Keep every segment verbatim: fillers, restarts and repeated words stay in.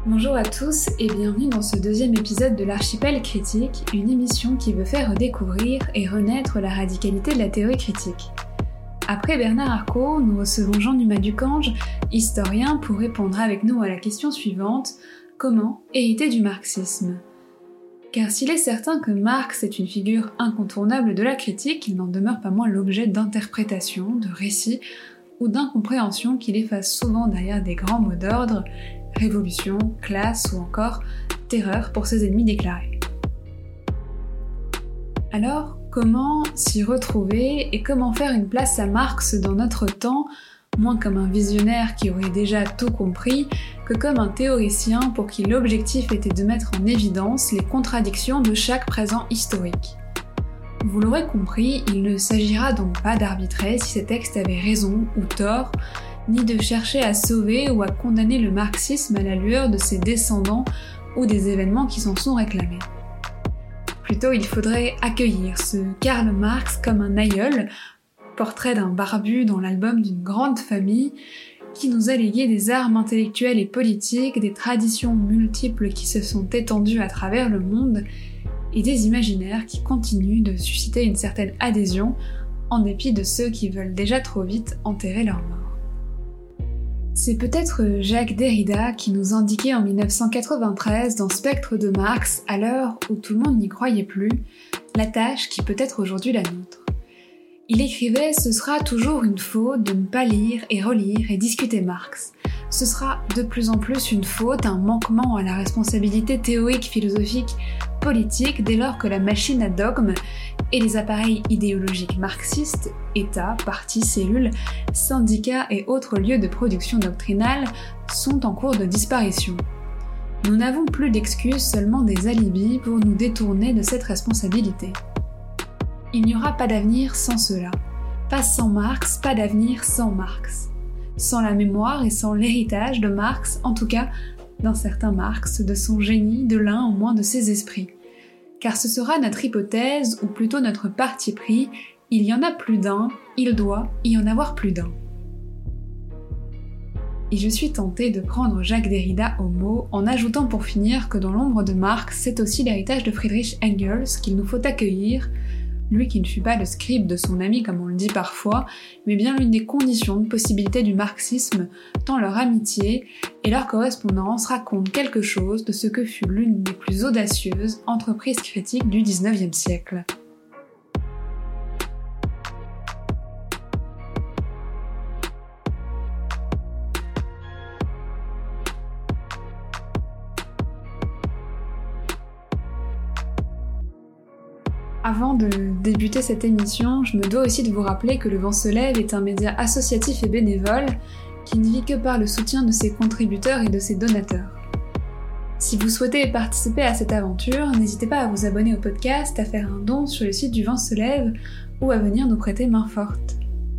Bonjour à tous et bienvenue dans ce deuxième épisode de l'Archipel critique, une émission qui veut faire redécouvrir et renaître la radicalité de la théorie critique. Après Bernard Arcault, nous recevons Jean-Numa Ducange, historien, pour répondre avec nous à la question suivante: comment hériter du marxisme ? Car s'il est certain que Marx est une figure incontournable de la critique, il n'en demeure pas moins l'objet d'interprétations, de récits ou d'incompréhensions qui l'effacent souvent derrière des grands mots d'ordre: révolution, classe ou encore terreur pour ses ennemis déclarés. Alors, comment s'y retrouver et comment faire une place à Marx dans notre temps, moins comme un visionnaire qui aurait déjà tout compris que comme un théoricien pour qui l'objectif était de mettre en évidence les contradictions de chaque présent historique. Vous l'aurez compris, il ne s'agira donc pas d'arbitrer si ces textes avaient raison ou tort, ni de chercher à sauver ou à condamner le marxisme à la lueur de ses descendants ou des événements qui s'en sont réclamés. Plutôt, il faudrait accueillir ce Karl Marx comme un aïeul, portrait d'un barbu dans l'album d'une grande famille, qui nous a légué des armes intellectuelles et politiques, des traditions multiples qui se sont étendues à travers le monde, et des imaginaires qui continuent de susciter une certaine adhésion, en dépit de ceux qui veulent déjà trop vite enterrer leur mort. C'est peut-être Jacques Derrida qui nous indiquait en dix-neuf cent quatre-vingt-treize dans Spectre de Marx, à l'heure où tout le monde n'y croyait plus, la tâche qui peut être aujourd'hui la nôtre. Il écrivait « Ce sera toujours une faute de ne pas lire et relire et discuter Marx. Ce sera de plus en plus une faute, un manquement à la responsabilité théorique, philosophique, politique dès lors que la machine à dogme et les appareils idéologiques marxistes, États, partis, cellules, syndicats et autres lieux de production doctrinale sont en cours de disparition. Nous n'avons plus d'excuses, seulement des alibis pour nous détourner de cette responsabilité. Il n'y aura pas d'avenir sans cela. Pas sans Marx, pas d'avenir sans Marx. Sans la mémoire et sans l'héritage de Marx, en tout cas d'un certain Marx, de son génie, de l'un au moins de ses esprits. Car ce sera notre hypothèse, ou plutôt notre parti pris, il y en a plus d'un, il doit y en avoir plus d'un. Et je suis tentée de prendre Jacques Derrida au mot, en ajoutant pour finir que dans l'ombre de Marx, c'est aussi l'héritage de Friedrich Engels qu'il nous faut accueillir, lui qui ne fut pas le scribe de son ami comme on le dit parfois, mais bien l'une des conditions de possibilité du marxisme, tant leur amitié et leur correspondance racontent quelque chose de ce que fut l'une des plus audacieuses entreprises critiques du dix-neuvième siècle. Avant de débuter cette émission, je me dois aussi de vous rappeler que Le Vent se lève est un média associatif et bénévole qui ne vit que par le soutien de ses contributeurs et de ses donateurs. Si vous souhaitez participer à cette aventure, n'hésitez pas à vous abonner au podcast, à faire un don sur le site du Vent se lève ou à venir nous prêter main forte.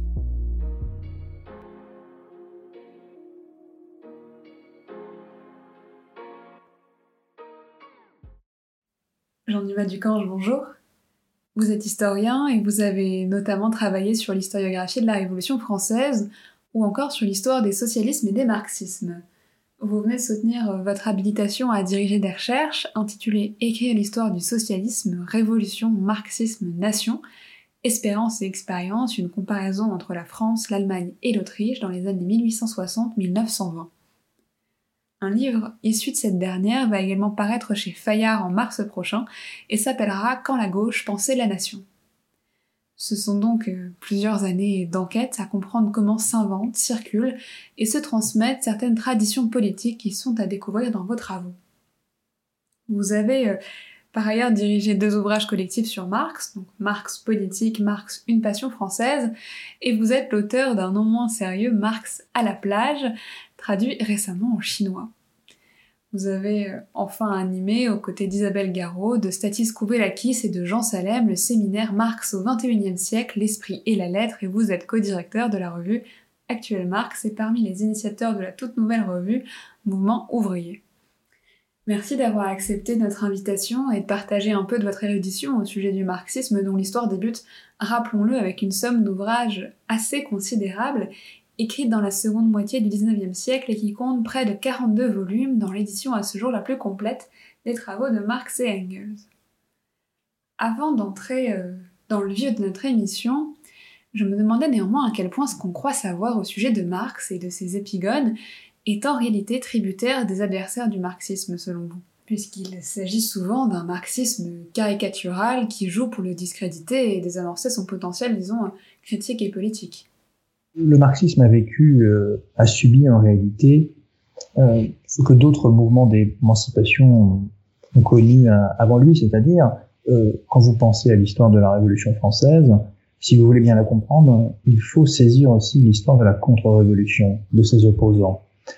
Jean-Numa Ducange, bonjour. Vous êtes historien et vous avez notamment travaillé sur l'historiographie de la Révolution française ou encore sur l'histoire des socialismes et des marxismes. Vous venez de soutenir votre habilitation à diriger des recherches intitulées « Écrire l'histoire du socialisme, révolution, marxisme, nation, espérance et expérience, une comparaison entre la France, l'Allemagne et l'Autriche dans les années mille huit cent soixante à mille neuf cent vingt ». Un livre issu de cette dernière va également paraître chez Fayard en mars prochain et s'appellera « Quand la gauche pensait la nation ». Ce sont donc plusieurs années d'enquête à comprendre comment s'inventent, circulent et se transmettent certaines traditions politiques qui sont à découvrir dans vos travaux. Vous avez euh, par ailleurs dirigé deux ouvrages collectifs sur Marx, donc Marx politique, Marx une passion française, et vous êtes l'auteur d'un non moins sérieux Marx à la plage, traduit récemment en chinois. Vous avez enfin animé, aux côtés d'Isabelle Garot, de Stathis Kouvelakis et de Jean Salem, le séminaire Marx au vingt et unième siècle, l'esprit et la lettre, et vous êtes co-directeur de la revue Actuel Marx et parmi les initiateurs de la toute nouvelle revue Mouvement ouvrier. Merci d'avoir accepté notre invitation et de partager un peu de votre érudition au sujet du marxisme dont l'histoire débute, rappelons-le, avec une somme d'ouvrages assez considérable écrite dans la seconde moitié du dix-neuvième siècle et qui compte près de quarante-deux volumes dans l'édition à ce jour la plus complète des travaux de Marx et Engels. Avant d'entrer euh, dans le vif de notre émission, je me demandais néanmoins à quel point ce qu'on croit savoir au sujet de Marx et de ses épigones est en réalité tributaire des adversaires du marxisme selon vous, puisqu'il s'agit souvent d'un marxisme caricatural qui joue pour le discréditer et désamorcer son potentiel, disons, critique et politique. Le marxisme a vécu, euh, a subi en réalité euh, ce que d'autres mouvements d'émancipation ont connu euh, avant lui, c'est-à-dire euh, quand vous pensez à l'histoire de la Révolution française, si vous voulez bien la comprendre, il faut saisir aussi l'histoire de la contre-révolution, de ses opposants.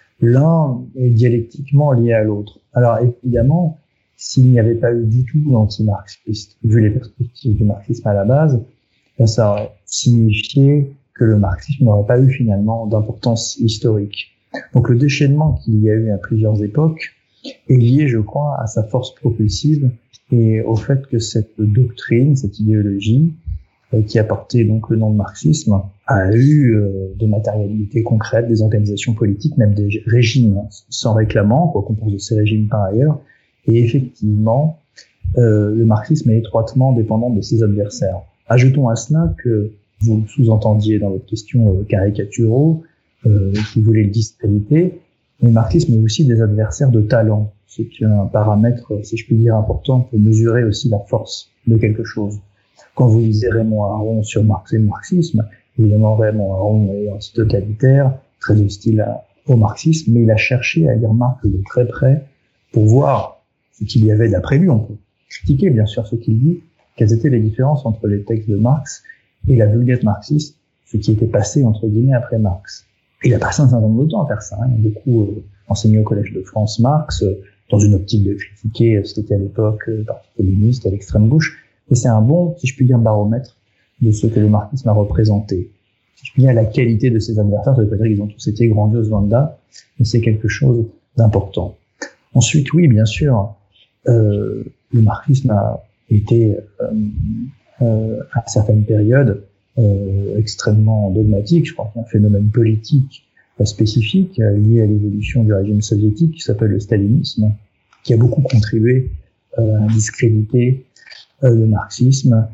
L'un est dialectiquement lié à l'autre. Alors évidemment, s'il n'y avait pas eu du tout d'anti-marxiste, vu les perspectives du marxisme à la base, ça aurait signifié que le marxisme n'aurait pas eu finalement d'importance historique. Donc le déchaînement qu'il y a eu à plusieurs époques est lié, je crois, à sa force propulsive et au fait que cette doctrine, cette idéologie, euh, qui a porté donc le nom de marxisme, a eu euh, des matérialités concrètes, des organisations politiques, même des régimes s'en réclamant, quoi qu'on pense de ces régimes par ailleurs. Et effectivement, euh, le marxisme est étroitement dépendant de ses adversaires. Ajoutons à cela que vous le sous-entendiez dans votre question euh, caricaturaux, euh, qui voulait le discréditer, mais le marxisme est aussi des adversaires de talent. C'est un paramètre, si je puis dire, important pour mesurer aussi la force de quelque chose. Quand vous lisez Raymond Aron sur Marx et le marxisme, évidemment Raymond Aron est anti-totalitaire, très hostile à, au marxisme, mais il a cherché à lire Marx de très près pour voir ce qu'il y avait d'après lui. On peut critiquer bien sûr ce qu'il dit, quelles étaient les différences entre les textes de Marx et la vulgate marxiste, ce qui était passé entre guillemets après Marx. Il a passé un certain nombre de temps à faire ça. Hein. Il a beaucoup euh, enseigné au Collège de France Marx, euh, dans une optique de critiquer euh, ce qui était à l'époque le euh, Parti communiste à l'extrême gauche. Et c'est un bon, si je puis dire, baromètre de ce que le marxisme a représenté. Si je puis dire, la qualité de ses adversaires, ça veut pas dire qu'ils ont tous été grandioses loin de là, mais c'est quelque chose d'important. Ensuite, oui, bien sûr, euh, le marxisme a été euh, euh, à certaines périodes euh, extrêmement dogmatique. Je crois qu'il y a un phénomène politique euh, spécifique euh, lié à l'évolution du régime soviétique qui s'appelle le stalinisme, qui a beaucoup contribué euh, à discréditer euh, le marxisme.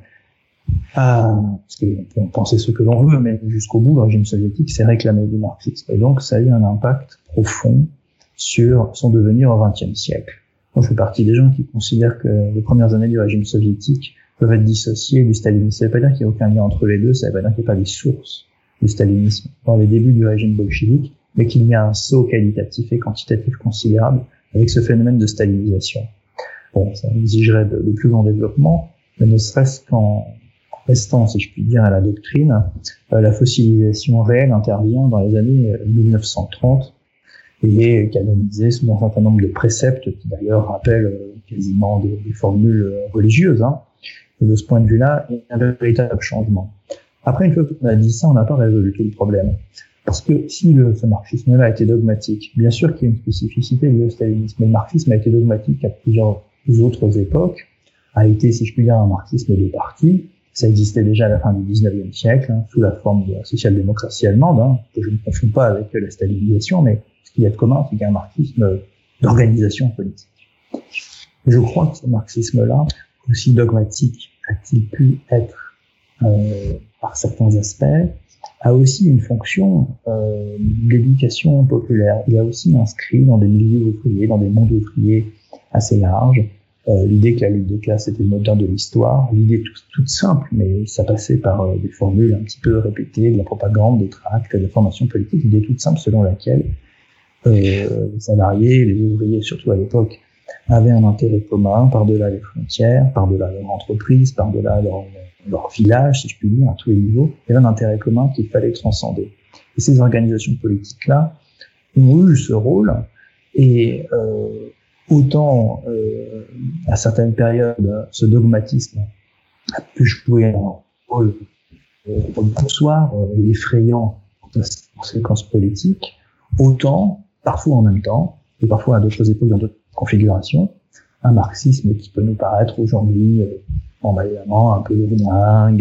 À, parce qu'on peut penser ce que l'on veut, mais jusqu'au bout, le régime soviétique s'est réclamé du marxisme. Et donc, ça a eu un impact profond sur son devenir au vingtième siècle. Moi, je fais partie des gens qui considèrent que les premières années du régime soviétique peuvent être dissociées du stalinisme. Ça ne veut pas dire qu'il n'y a aucun lien entre les deux, ça ne veut pas dire qu'il n'y a pas des sources du stalinisme dans les débuts du régime bolchevique, mais qu'il y a un saut qualitatif et quantitatif considérable avec ce phénomène de stalinisation. Bon, ça exigerait de, de plus grands développements, mais ne serait-ce qu'en restant, si je puis dire, à la doctrine, euh, la fossilisation réelle intervient dans les années mille neuf cent trente et est canonisée sous un certain nombre de préceptes qui d'ailleurs rappellent euh, quasiment des, des formules euh, religieuses. Hein. Et de ce point de vue-là, il y a un véritable changement. Après, une fois qu'on a dit ça, on n'a pas résolu tout le problème. Parce que si le, ce marxisme-là a été dogmatique, bien sûr qu'il y a une spécificité liée au stalinisme, mais le marxisme a été dogmatique à plusieurs autres époques, a été, si je puis dire, un marxisme des partis. Ça existait déjà à la fin du dix-neuvième siècle, hein, sous la forme de la social-démocratie allemande, hein, que je ne confonds pas avec la stalinisation, mais ce qu'il y a de commun, c'est qu'il y a un marxisme d'organisation politique. Et je crois que ce marxisme-là, aussi dogmatique a-t-il pu être euh, par certains aspects, a aussi une fonction euh, d'éducation populaire. Il a aussi inscrit dans des milieux ouvriers, dans des mondes ouvriers assez larges, euh, l'idée que la lutte des classes était le moteur de l'histoire, l'idée toute, toute simple, mais ça passait par euh, des formules un petit peu répétées, de la propagande, des tracts, de la formation politique, l'idée toute simple selon laquelle euh, les salariés, les ouvriers, surtout à l'époque, avaient un intérêt commun par-delà les frontières, par-delà leur entreprise, par-delà leur, leur village, si je puis dire, à tous les niveaux. Il y avait un intérêt commun qu'il fallait transcender. Et ces organisations politiques-là ont eu ce rôle, et euh, autant euh, à certaines périodes, ce dogmatisme a pu jouer un rôle euh, poussoir et effrayant dans ses conséquences politiques, autant, parfois en même temps, et parfois à d'autres époques, dans d'autres configuration, un marxisme qui peut nous paraître aujourd'hui euh, en évidemment un peu lourdingue,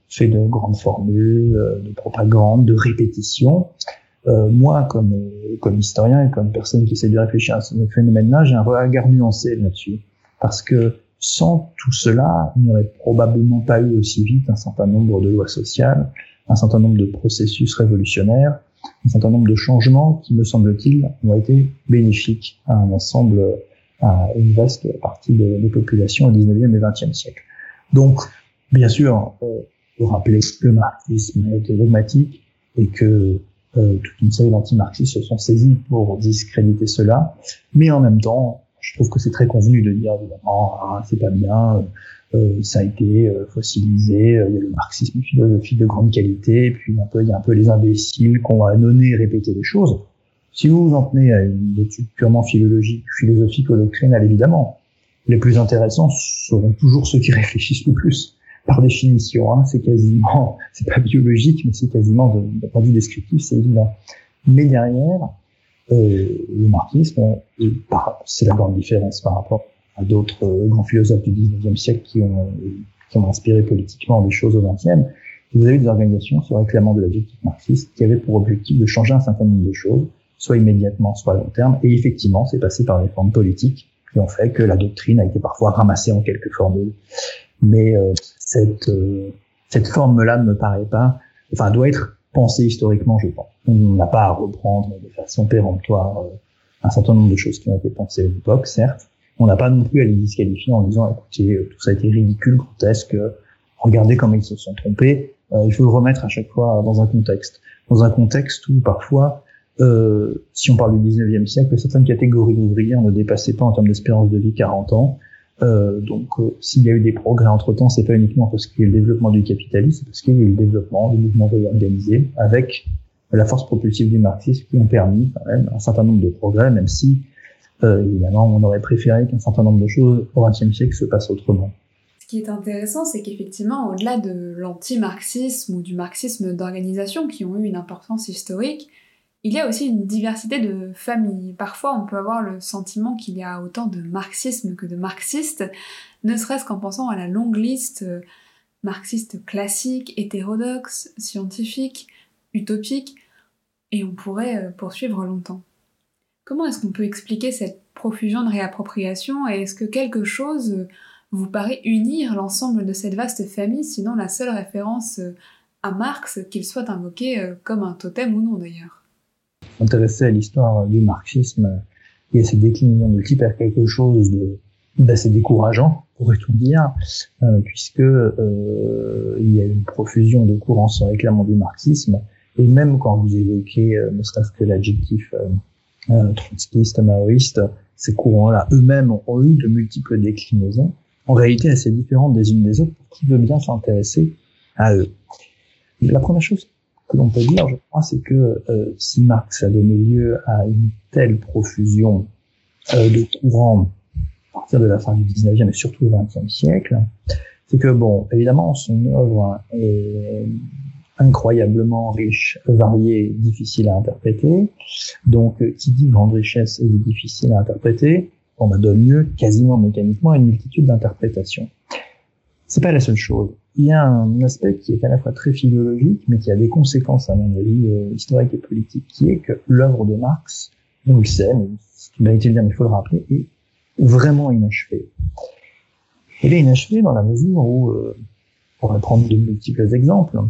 fait de grandes formules, de propagande, de répétition. Euh, moi, comme comme historien et comme personne qui essaie de réfléchir à ce phénomène-là, j'ai un regard nuancé là-dessus, parce que sans tout cela, il n'y aurait probablement pas eu aussi vite un certain nombre de lois sociales, un certain nombre de processus révolutionnaires, un certain nombre de changements qui, me semble-t-il, ont été bénéfiques à un ensemble, à une vaste partie de, des populations au dix-neuvième et vingtième siècle. Donc, bien sûr, euh, faut rappeler que le marxisme a été dogmatique et que euh, toute une série d'antimarxistes se sont saisis pour discréditer cela, mais en même temps, je trouve que c'est très convenu de dire évidemment, ah, c'est pas bien, euh, ça a été euh, fossilisé, euh, il y a le marxisme philosophique de grande qualité, et puis un peu, il y a un peu les imbéciles qui ont annonné et répété les choses. Si vous vous en tenez à une étude purement philologique, philosophique ou doctrinale, évidemment, les plus intéressants seront toujours ceux qui réfléchissent le plus. Par définition, hein, c'est quasiment, c'est pas biologique, mais c'est quasiment de, de point de vue descriptif, c'est évident. Mais derrière, euh, le marxisme, euh, par, c'est la grande différence par rapport à d'autres euh, grands philosophes du dix-neuvième siècle qui ont, qui ont inspiré politiquement des choses au vingtième. Vous avez des organisations se réclamant de l'objectif marxiste qui avaient pour objectif de changer un certain nombre de choses, soit immédiatement, soit à long terme, et effectivement, c'est passé par des formes politiques qui ont fait que la doctrine a été parfois ramassée en quelques formules. Mais euh, cette euh, cette forme-là ne me paraît pas, enfin, doit être pensée historiquement, je pense. On n'a pas à reprendre de façon péremptoire euh, un certain nombre de choses qui ont été pensées à l'époque, certes. On n'a pas non plus à les disqualifier en disant, écoutez, euh, tout ça a été ridicule, grotesque, euh, regardez comment ils se sont trompés. Euh, il faut le remettre à chaque fois dans un contexte. Dans un contexte où, parfois, euh, si on parle du dix-neuvième siècle, certaines catégories ouvrières ne dépassaient pas en termes d'espérance de vie quarante ans. Euh, donc, euh, s'il y a eu des progrès entre-temps, c'est pas uniquement parce qu'il y a eu le développement du capitalisme, c'est parce qu'il y a eu le développement du mouvement organisé avec la force propulsive du marxisme qui ont permis quand même un certain nombre de progrès, même si, euh, évidemment, on aurait préféré qu'un certain nombre de choses au vingtième siècle se passent autrement. Ce qui est intéressant, c'est qu'effectivement, au-delà de l'anti-marxisme ou du marxisme d'organisation qui ont eu une importance historique, il y a aussi une diversité de familles. Parfois, on peut avoir le sentiment qu'il y a autant de marxisme que de marxistes, ne serait-ce qu'en pensant à la longue liste marxiste classique, hétérodoxe, scientifique, utopique, et on pourrait poursuivre longtemps. Comment est-ce qu'on peut expliquer cette profusion de réappropriation, et est-ce que quelque chose vous paraît unir l'ensemble de cette vaste famille, sinon la seule référence à Marx, qu'il soit invoqué comme un totem ou non d'ailleurs? S'intéresser à l'histoire du marxisme et à ses déclinaisons multiples à quelque chose de d'assez décourageant, pourrait-on dire, euh, puisque euh, il y a une profusion de courants se réclamant du marxisme, et même quand vous évoquez, euh, ne serait-ce que l'adjectif euh, euh, trotskiste, maoïste, ces courants-là eux-mêmes ont eu de multiples déclinaisons, en réalité assez différentes des unes des autres, pour qui veut bien s'intéresser à eux. La première chose que l'on peut dire, je crois, c'est que euh, si Marx a donné lieu à une telle profusion euh, de courants à partir de la fin du dix-neuvième et surtout au vingtième siècle, c'est que, bon, évidemment, son œuvre est incroyablement riche, variée, difficile à interpréter. Donc, qui dit grande richesse et dit difficile à interpréter, on bah, donne lieu quasiment mécaniquement à une multitude d'interprétations. C'est pas la seule chose. Il y a un aspect qui est à la fois très philologique, mais qui a des conséquences, à mon avis, euh, historiques et politiques, qui est que l'œuvre de Marx, on le sait, mais c'est une vérité de dire, mais il faut le rappeler, est vraiment inachevée. Elle est inachevée dans la mesure où, euh, on va prendre de multiples exemples,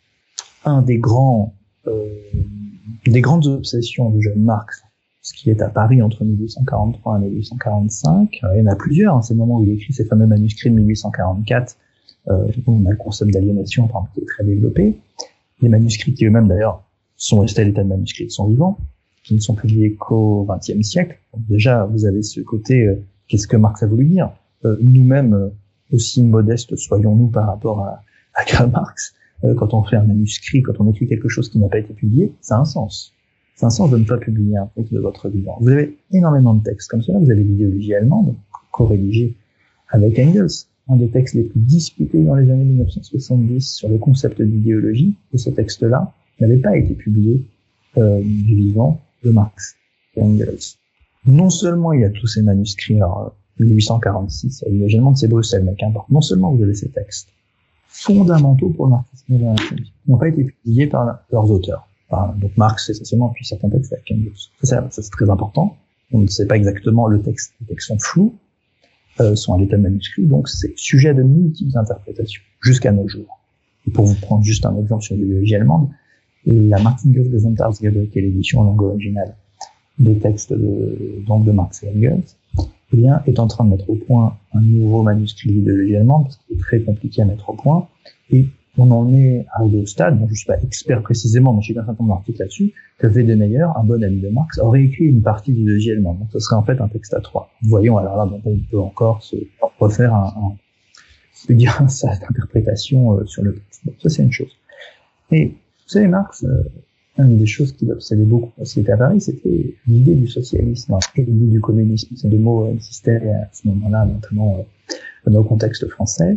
un des grands, euh, des grandes obsessions du jeune Marx, ce qui est à Paris entre mille huit cent quarante-trois et mille huit cent quarante-cinq, il y en a plusieurs, hein, c'est le moment où il écrit ces fameux manuscrits de mille huit cent quarante-quatre, euh, on a le concept d'aliénation, par exemple, qui est très développé, les manuscrits qui eux-mêmes, d'ailleurs, sont restés à l'état de manuscrits de son vivant, qui ne sont publiés qu'au vingtième siècle. Donc déjà, vous avez ce côté, euh, qu'est-ce que Marx a voulu dire? Euh, nous-mêmes, euh, aussi modestes soyons-nous par rapport à, à Karl Marx, euh, quand on fait un manuscrit, quand on écrit quelque chose qui n'a pas été publié, ça a un sens. C'est un sens de ne pas publier un texte de votre vivant. Vous avez énormément de textes comme cela. Vous avez l'idéologie allemande, co-rédigée avec Engels, un des textes les plus discutés dans les années mille neuf cent soixante-dix sur le concept d'idéologie. Et ce texte-là n'avait pas été publié euh, du vivant de Marx et Engels. Non seulement il y a tous ces manuscrits, alors mille huit cent quarante-six, à l'imagement de ces Bruxelles, mais qu'importe. Non seulement vous avez ces textes, fondamentaux pour le marxisme moderne, qui n'ont pas été publiés par leurs auteurs. Enfin, donc Marx, essentiellement, puis certains textes avec Engels. Ça, ça, c'est très important. On ne sait pas exactement le texte. Les textes sont flous, euh, sont à l'état manuscrit, donc c'est sujet de multiples interprétations, jusqu'à nos jours. Et pour vous prendre juste un exemple sur l'idéologie allemande, la Marx Engels Gesamtarbeitsgebot, qui est l'édition en langue originale des textes de, donc de Marx et Engels, eh bien, est en train de mettre au point un nouveau manuscrit de l'idéologie allemande, parce qu'il est très compliqué à mettre au point, et on en est arrivé au stade, bon, je suis pas expert précisément, mais j'ai un certain nombre d'articles là-dessus, que Wedemeyer, un bon ami de Marx, aurait écrit une partie de l'idéologie allemande. Donc, ce serait en fait un texte à trois. Voyons, alors là, donc, on peut encore se refaire un, un je peux dire, sa interprétation euh, sur le texte. Bon, ça, c'est une chose. Et, vous savez, Marx, euh, une des choses qui l'obsédait beaucoup quand il était à Paris, c'était l'idée du socialisme et l'idée du communisme. Ces deux mots existaient à ce moment-là, notamment euh, dans le contexte français.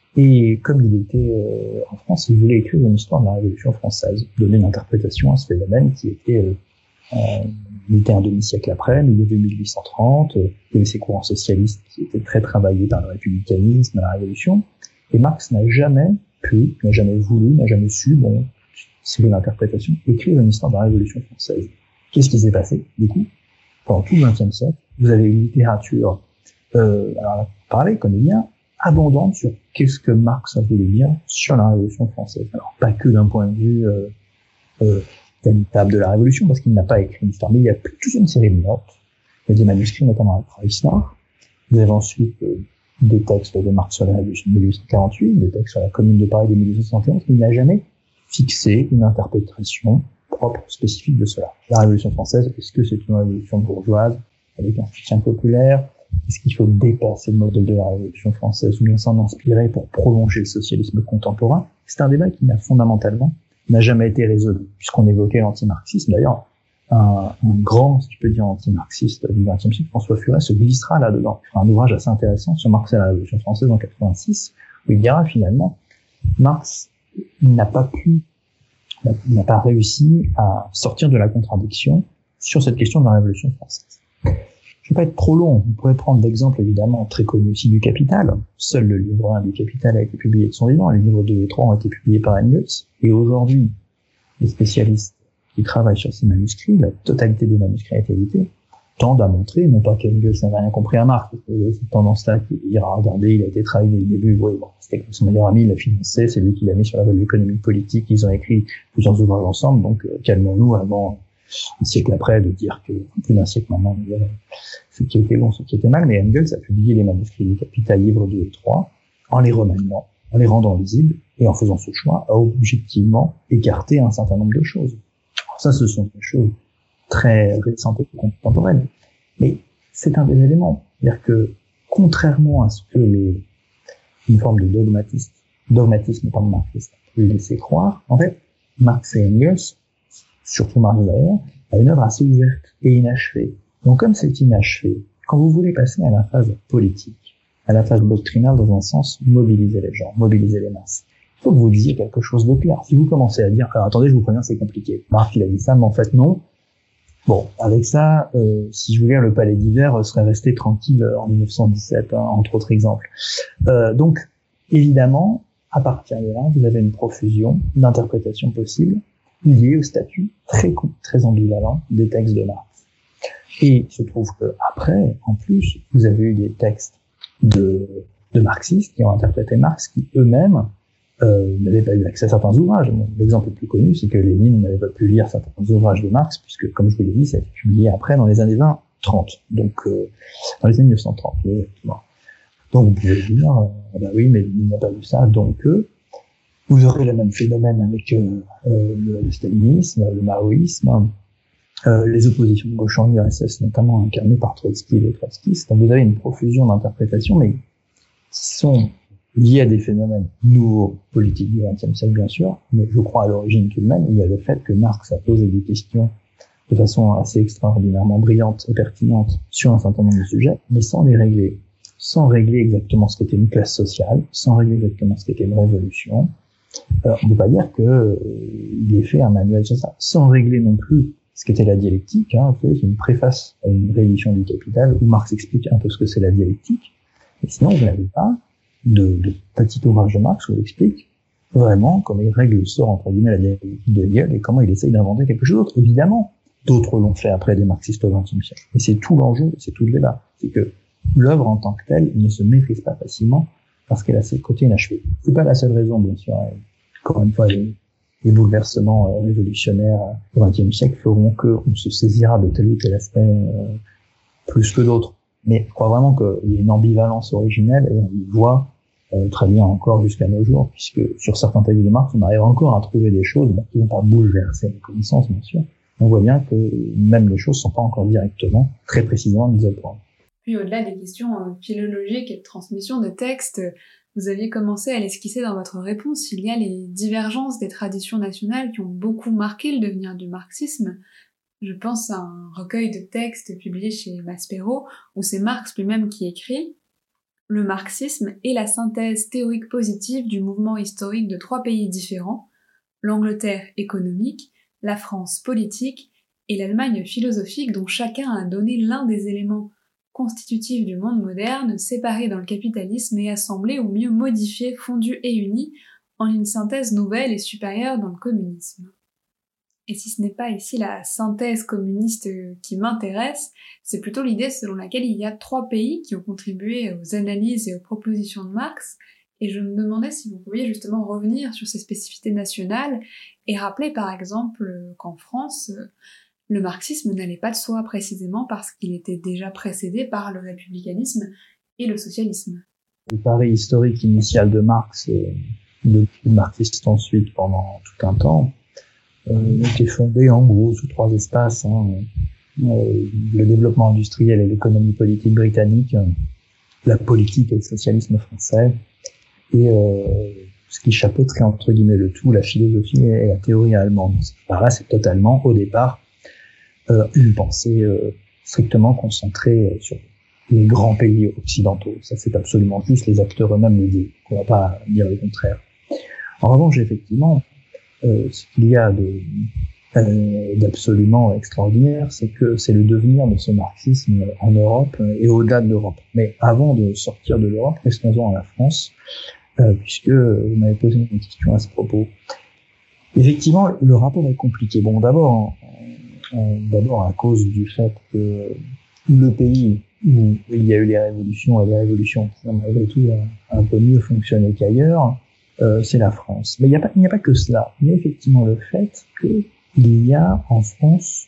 Et comme il était euh, en France, il voulait écrire une histoire de la Révolution française, donner une interprétation à ce phénomène qui était euh, euh, il était un demi-siècle après, milieu de mille huit cent trente, euh, il y avait ces courants socialistes qui étaient très travaillés par le républicanisme, la Révolution, et Marx n'a jamais pu, n'a jamais voulu, n'a jamais su, bon, c'est une interprétation, écrire une histoire de la Révolution française. Qu'est-ce qui s'est passé, du coup? Pendant tout le vingtième siècle, vous avez une littérature, euh, alors, parler, connaît bien, abondante sur qu'est-ce que Marx a voulu dire sur la Révolution française. Alors, pas que d'un point de vue euh, euh, véritable de la Révolution, parce qu'il n'a pas écrit une histoire, mais il y a toute une série de notes. Il y a des manuscrits, notamment à Preissner. Vous avez ensuite euh, des textes de Marx sur la Révolution de mille huit cent quarante-huit, des textes sur la Commune de Paris de mille huit cent soixante et onze. Il n'a jamais fixé une interprétation propre, spécifique de cela. La Révolution française, est-ce que c'est une révolution bourgeoise avec un soutien populaire? Est-ce qu'il faut dépasser le modèle de la Révolution française ou bien s'en inspirer pour prolonger le socialisme contemporain? C'est un débat qui n'a fondamentalement n'a jamais été résolu, puisqu'on évoquait l'antimarxisme. D'ailleurs, un, un grand, si je peux dire, antimarxiste du vingtième siècle, François Furet, se glissera là-dedans. Il fera un ouvrage assez intéressant sur Marx et la Révolution française en quatre-vingt-six, où il dira finalement, Marx n'a pas pu, n'a pas réussi à sortir de la contradiction sur cette question de la Révolution française. Je ne vais pas être trop long. Vous pourrez prendre l'exemple évidemment très connu aussi du Capital. Seul le livre un du Capital a été publié de son vivant. Les livres deux et trois ont été publiés par Engels. Et aujourd'hui, les spécialistes qui travaillent sur ces manuscrits, la totalité des manuscrits a été édité, tendent à montrer, non pas qu'Engels n'avait rien compris à Marx, il y a cette tendance-là qui ira regarder, il a été trahi dès le début, oui, bon, c'était son meilleur ami, il l'a financé, c'est lui qui l'a mis sur la voie de l'économie politique, ils ont écrit plusieurs ouvrages ensemble, donc euh, calmons-nous avant un siècle après de dire que, plus d'un siècle maintenant, euh, ce qui était bon, ce qui était mal, mais Engels a publié les manuscrits du Capital, livres deux et trois, en les remaniant, en les rendant lisibles, et en faisant ce choix, a objectivement écarté un certain nombre de choses. Alors ça, ce sont des choses très récentes et contemporaines. Mais c'est un des éléments. C'est-à-dire que, contrairement à ce que les, une forme de dogmatisme, dogmatisme, pardon, marxiste, lui laisser croire, en fait, Marx et Engels, surtout Marx d'ailleurs, a une œuvre assez ouverte et inachevée. Donc, comme c'est inachevé, quand vous voulez passer à la phase politique, à la phase doctrinale dans un sens, mobiliser les gens, mobiliser les masses. Il faut que vous disiez quelque chose de clair. Si vous commencez à dire, alors attendez, je vous préviens, c'est compliqué. Marx, il a dit ça, mais en fait, non. Bon, avec ça, euh, si je voulais, le Palais d'hiver serait resté tranquille en mille neuf cent dix-sept, hein, entre autres exemples. Euh, donc, évidemment, à partir de là, vous avez une profusion d'interprétations possibles liées au statut très très ambivalent des textes de Marx. Et il se trouve que après, en plus, vous avez eu des textes de, de marxistes qui ont interprété Marx, qui eux-mêmes Euh, n'avait pas eu accès à certains ouvrages. L'exemple le plus connu, c'est que Lénine n'avait pas pu lire certains ouvrages de Marx, puisque, comme je vous l'ai dit, ça a été publié après, dans les années vingt trente. Donc, euh, dans les années mille neuf cent trente, exactement. Donc, vous pouvez dire, euh, bah oui, mais Lénine n'a pas vu ça, donc, euh, vous aurez le même phénomène avec euh, euh, le, le stalinisme, le maoïsme, euh, les oppositions de gauche en U R S S, notamment incarnées par Trotsky et les trotskistes. Donc, vous avez une profusion d'interprétations, mais qui sont lié à des phénomènes nouveaux, politiques du vingtième siècle, bien sûr, mais je crois à l'origine tout de même, il y a le fait que Marx a posé des questions de façon assez extraordinairement brillante et pertinente sur un certain nombre de sujets, mais sans les régler. Sans régler exactement ce qu'était une classe sociale, sans régler exactement ce qu'était une révolution. Alors, on ne peut pas dire que euh, il ait fait un manuel sur ça. Sans régler non plus ce qu'était la dialectique, hein, vous savez, c'est une préface à une réédition du Capital où Marx explique un peu ce que c'est la dialectique. Et sinon, vous n'avez pas de, de petit ouvrage de Marx où il explique vraiment comment il règle le sort, entre guillemets, la dialectique de Hegel et comment il essaye d'inventer quelque chose d'autre. Évidemment, d'autres l'ont fait après des marxistes au vingtième siècle. Et c'est tout l'enjeu, c'est tout le débat. C'est que l'œuvre en tant que telle ne se maîtrise pas facilement parce qu'elle a ses côtés inachevés. C'est pas la seule raison, bien sûr. Encore une fois, les, les bouleversements révolutionnaires au vingtième siècle feront qu'on se saisira de tel ou tel aspect euh, plus que d'autres. Mais je crois vraiment qu'il y a une ambivalence originelle et on y voit euh, très bien encore jusqu'à nos jours, puisque sur certains textes de Marx, on arrive encore à trouver des choses bah, qui vont pas bouleverser les connaissances, bien sûr. On voit bien que même les choses sont pas encore directement, très précisément mises au point. Puis au-delà des questions philologiques et de transmission de textes, vous aviez commencé à l'esquisser dans votre réponse, il y a les divergences des traditions nationales qui ont beaucoup marqué le devenir du marxisme. Je pense à un recueil de textes publié chez Maspero, où c'est Marx lui-même qui écrit « Le marxisme est la synthèse théorique positive du mouvement historique de trois pays différents, l'Angleterre économique, la France politique et l'Allemagne philosophique dont chacun a donné l'un des éléments constitutifs du monde moderne, séparés dans le capitalisme et assemblés ou mieux modifiés, fondus et unis en une synthèse nouvelle et supérieure dans le communisme. » Et si ce n'est pas ici la synthèse communiste qui m'intéresse, c'est plutôt l'idée selon laquelle il y a trois pays qui ont contribué aux analyses et aux propositions de Marx, et je me demandais si vous pouviez justement revenir sur ces spécificités nationales et rappeler par exemple qu'en France, le marxisme n'allait pas de soi précisément parce qu'il était déjà précédé par le républicanisme et le socialisme. Le pari historique initial de Marx et de marxiste ensuite pendant tout un temps euh, était fondé en gros sous trois espaces, hein, euh, le développement industriel et l'économie politique britannique, la politique et le socialisme français, et euh, ce qui chapeauterait entre guillemets le tout, la philosophie et la théorie allemande. Par là, c'est totalement, au départ, euh, une pensée euh, strictement concentrée sur les grands pays occidentaux. Ça, c'est absolument juste, les acteurs eux-mêmes le disent. On ne va pas dire le contraire. En revanche, effectivement, euh, ce qu'il y a de, euh, d'absolument extraordinaire, c'est que c'est le devenir de ce marxisme en Europe et au-delà de l'Europe. Mais avant de sortir de l'Europe, restons-en à la France, euh, puisque vous m'avez posé une question à ce propos. Effectivement, le rapport est compliqué. Bon, d'abord, euh, d'abord à cause du fait que le pays où il y a eu les révolutions et les révolutions qui ont malgré tout un, un peu mieux fonctionné qu'ailleurs, euh, c'est la France. Mais il n'y a pas, il n'y a pas que cela. Il y a effectivement le fait que il y a en France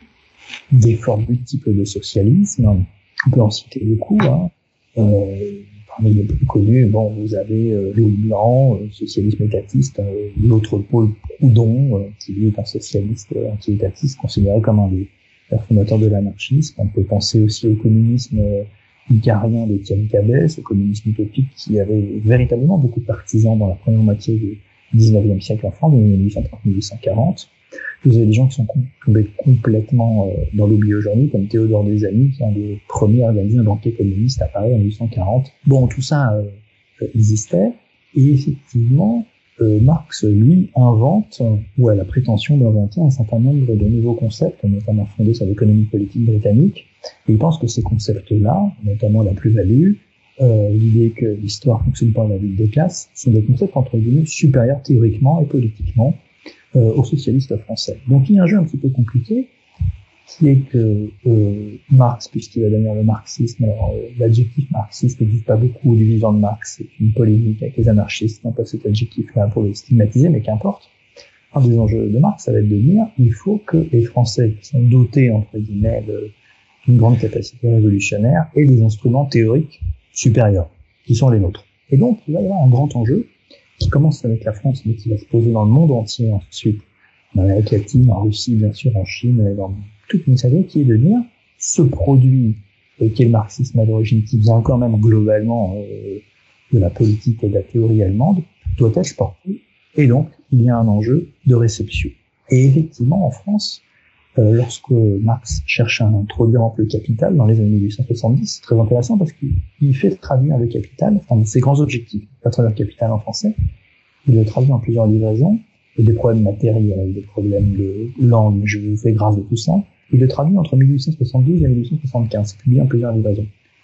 des formes multiples de socialisme. On peut en citer beaucoup. Hein. Euh, parmi les plus connus, bon, vous avez euh, Louis Blanc, euh, socialisme étatiste, euh, l'autre Paul Proudhon, euh, qui lui est un socialiste euh, anti-étatiste, considéré comme un des fondateurs de l'anarchisme. On peut penser aussi au communisme euh, icarien d'Étienne Cabès, au communisme utopique qui avait véritablement beaucoup de partisans dans la première moitié du dix-neuvième siècle en France, de mille huit cent trente à mille huit cent quarante. Vous avez des gens qui sont tombés complètement euh, dans l'oubli aujourd'hui, comme Théodore Desailly, qui est un des premiers à organiser un banquet communiste à Paris en mille huit cent quarante. Bon, tout ça euh, existait, et effectivement, euh, Marx, lui, invente, ou a la prétention d'inventer un certain nombre de nouveaux concepts, notamment fondés sur l'économie politique britannique, et il pense que ces concepts-là, notamment la plus-value, euh, l'idée que l'histoire fonctionne par la lutte des classes, sont des concepts, entre guillemets, supérieurs théoriquement et politiquement Euh, aux socialistes français. Donc il y a un jeu un petit peu compliqué, qui est que euh, Marx, puisqu'il va devenir le marxisme, alors euh, l'adjectif marxiste n'existe pas beaucoup du vivant de Marx, c'est une polémique avec les anarchistes, non pas cet adjectif-là pour le stigmatiser, mais qu'importe. Un des enjeux de Marx, ça va être de dire, il faut que les Français qui sont dotés, entre guillemets, d'une grande capacité révolutionnaire, aient des instruments théoriques supérieurs, qui sont les nôtres. Et donc, il va y avoir un grand enjeu, qui commence avec la France, mais qui va se poser dans le monde entier ensuite, en Amérique latine, en Russie, bien sûr, en Chine, et dans toute une série, qui est de dire, ce produit, euh, qui est le marxisme à l'origine, qui vient quand même globalement euh, de la politique et de la théorie allemande, doit être exporté, et donc, il y a un enjeu de réception. Et effectivement, en France, euh, lorsque Marx cherche à introduire un peu le capital dans les années mille huit cent soixante-dix, c'est très intéressant parce qu'il fait traduire le capital, enfin, ses grands objectifs, pas traduire le capital en français, il le traduit en plusieurs livraisons, et des problèmes matériels, des problèmes de langue, je vous fais grâce de tout ça, il le traduit entre mille huit cent soixante-douze et mille huit cent soixante-quinze, c'est publié en plusieurs livraisons.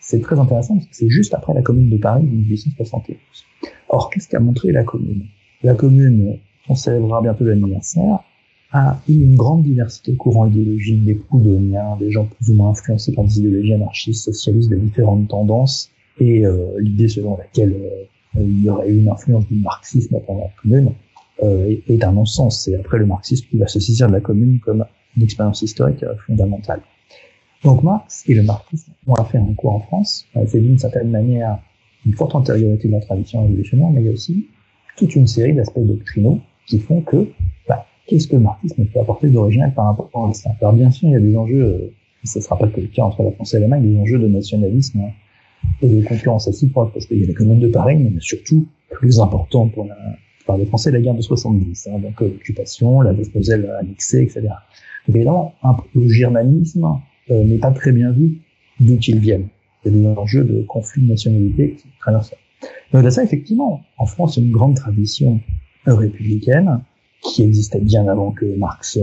c'est très intéressant parce que c'est juste après la Commune de Paris de dix-huit cent soixante et onze. Or, qu'est-ce qu'a montré la Commune? La Commune, on célébrera bientôt l'anniversaire, a une grande diversité de courants idéologiques, des proudhoniens, des gens plus ou moins influencés par des idéologies anarchistes, socialistes de différentes tendances, et euh, l'idée selon laquelle euh, il y aurait eu une influence du marxisme pendant la Commune euh, est, est un non-sens. C'est après le marxisme qui va se saisir de la Commune comme une expérience historique euh, fondamentale. Donc Marx et le marxisme ont à faire un coup en France. C'est d'une certaine manière une forte antériorité de la tradition révolutionnaire, mais il y a aussi toute une série d'aspects doctrinaux qui font que, bah, qu'est-ce que le marxisme peut apporter d'original par rapport à ça? Alors bien sûr, il y a des enjeux, euh, ce ne sera pas que le cas entre la France et l'Allemagne, des enjeux de nationalisme hein, et de concurrence réciproque, parce qu'il y a la Commune de Paris, mais surtout, plus important pour, la, pour les Français, la guerre de soixante-dix, hein, donc l'occupation, la Moselle annexée, et cetera. Donc évidemment, un, le germanisme euh, n'est pas très bien vu d'où qu'ils viennent. Il y a des enjeux de conflit de nationalité qui traversent ça. Donc de ça, effectivement, en France, il y a une grande tradition républicaine qui existait bien avant que Marx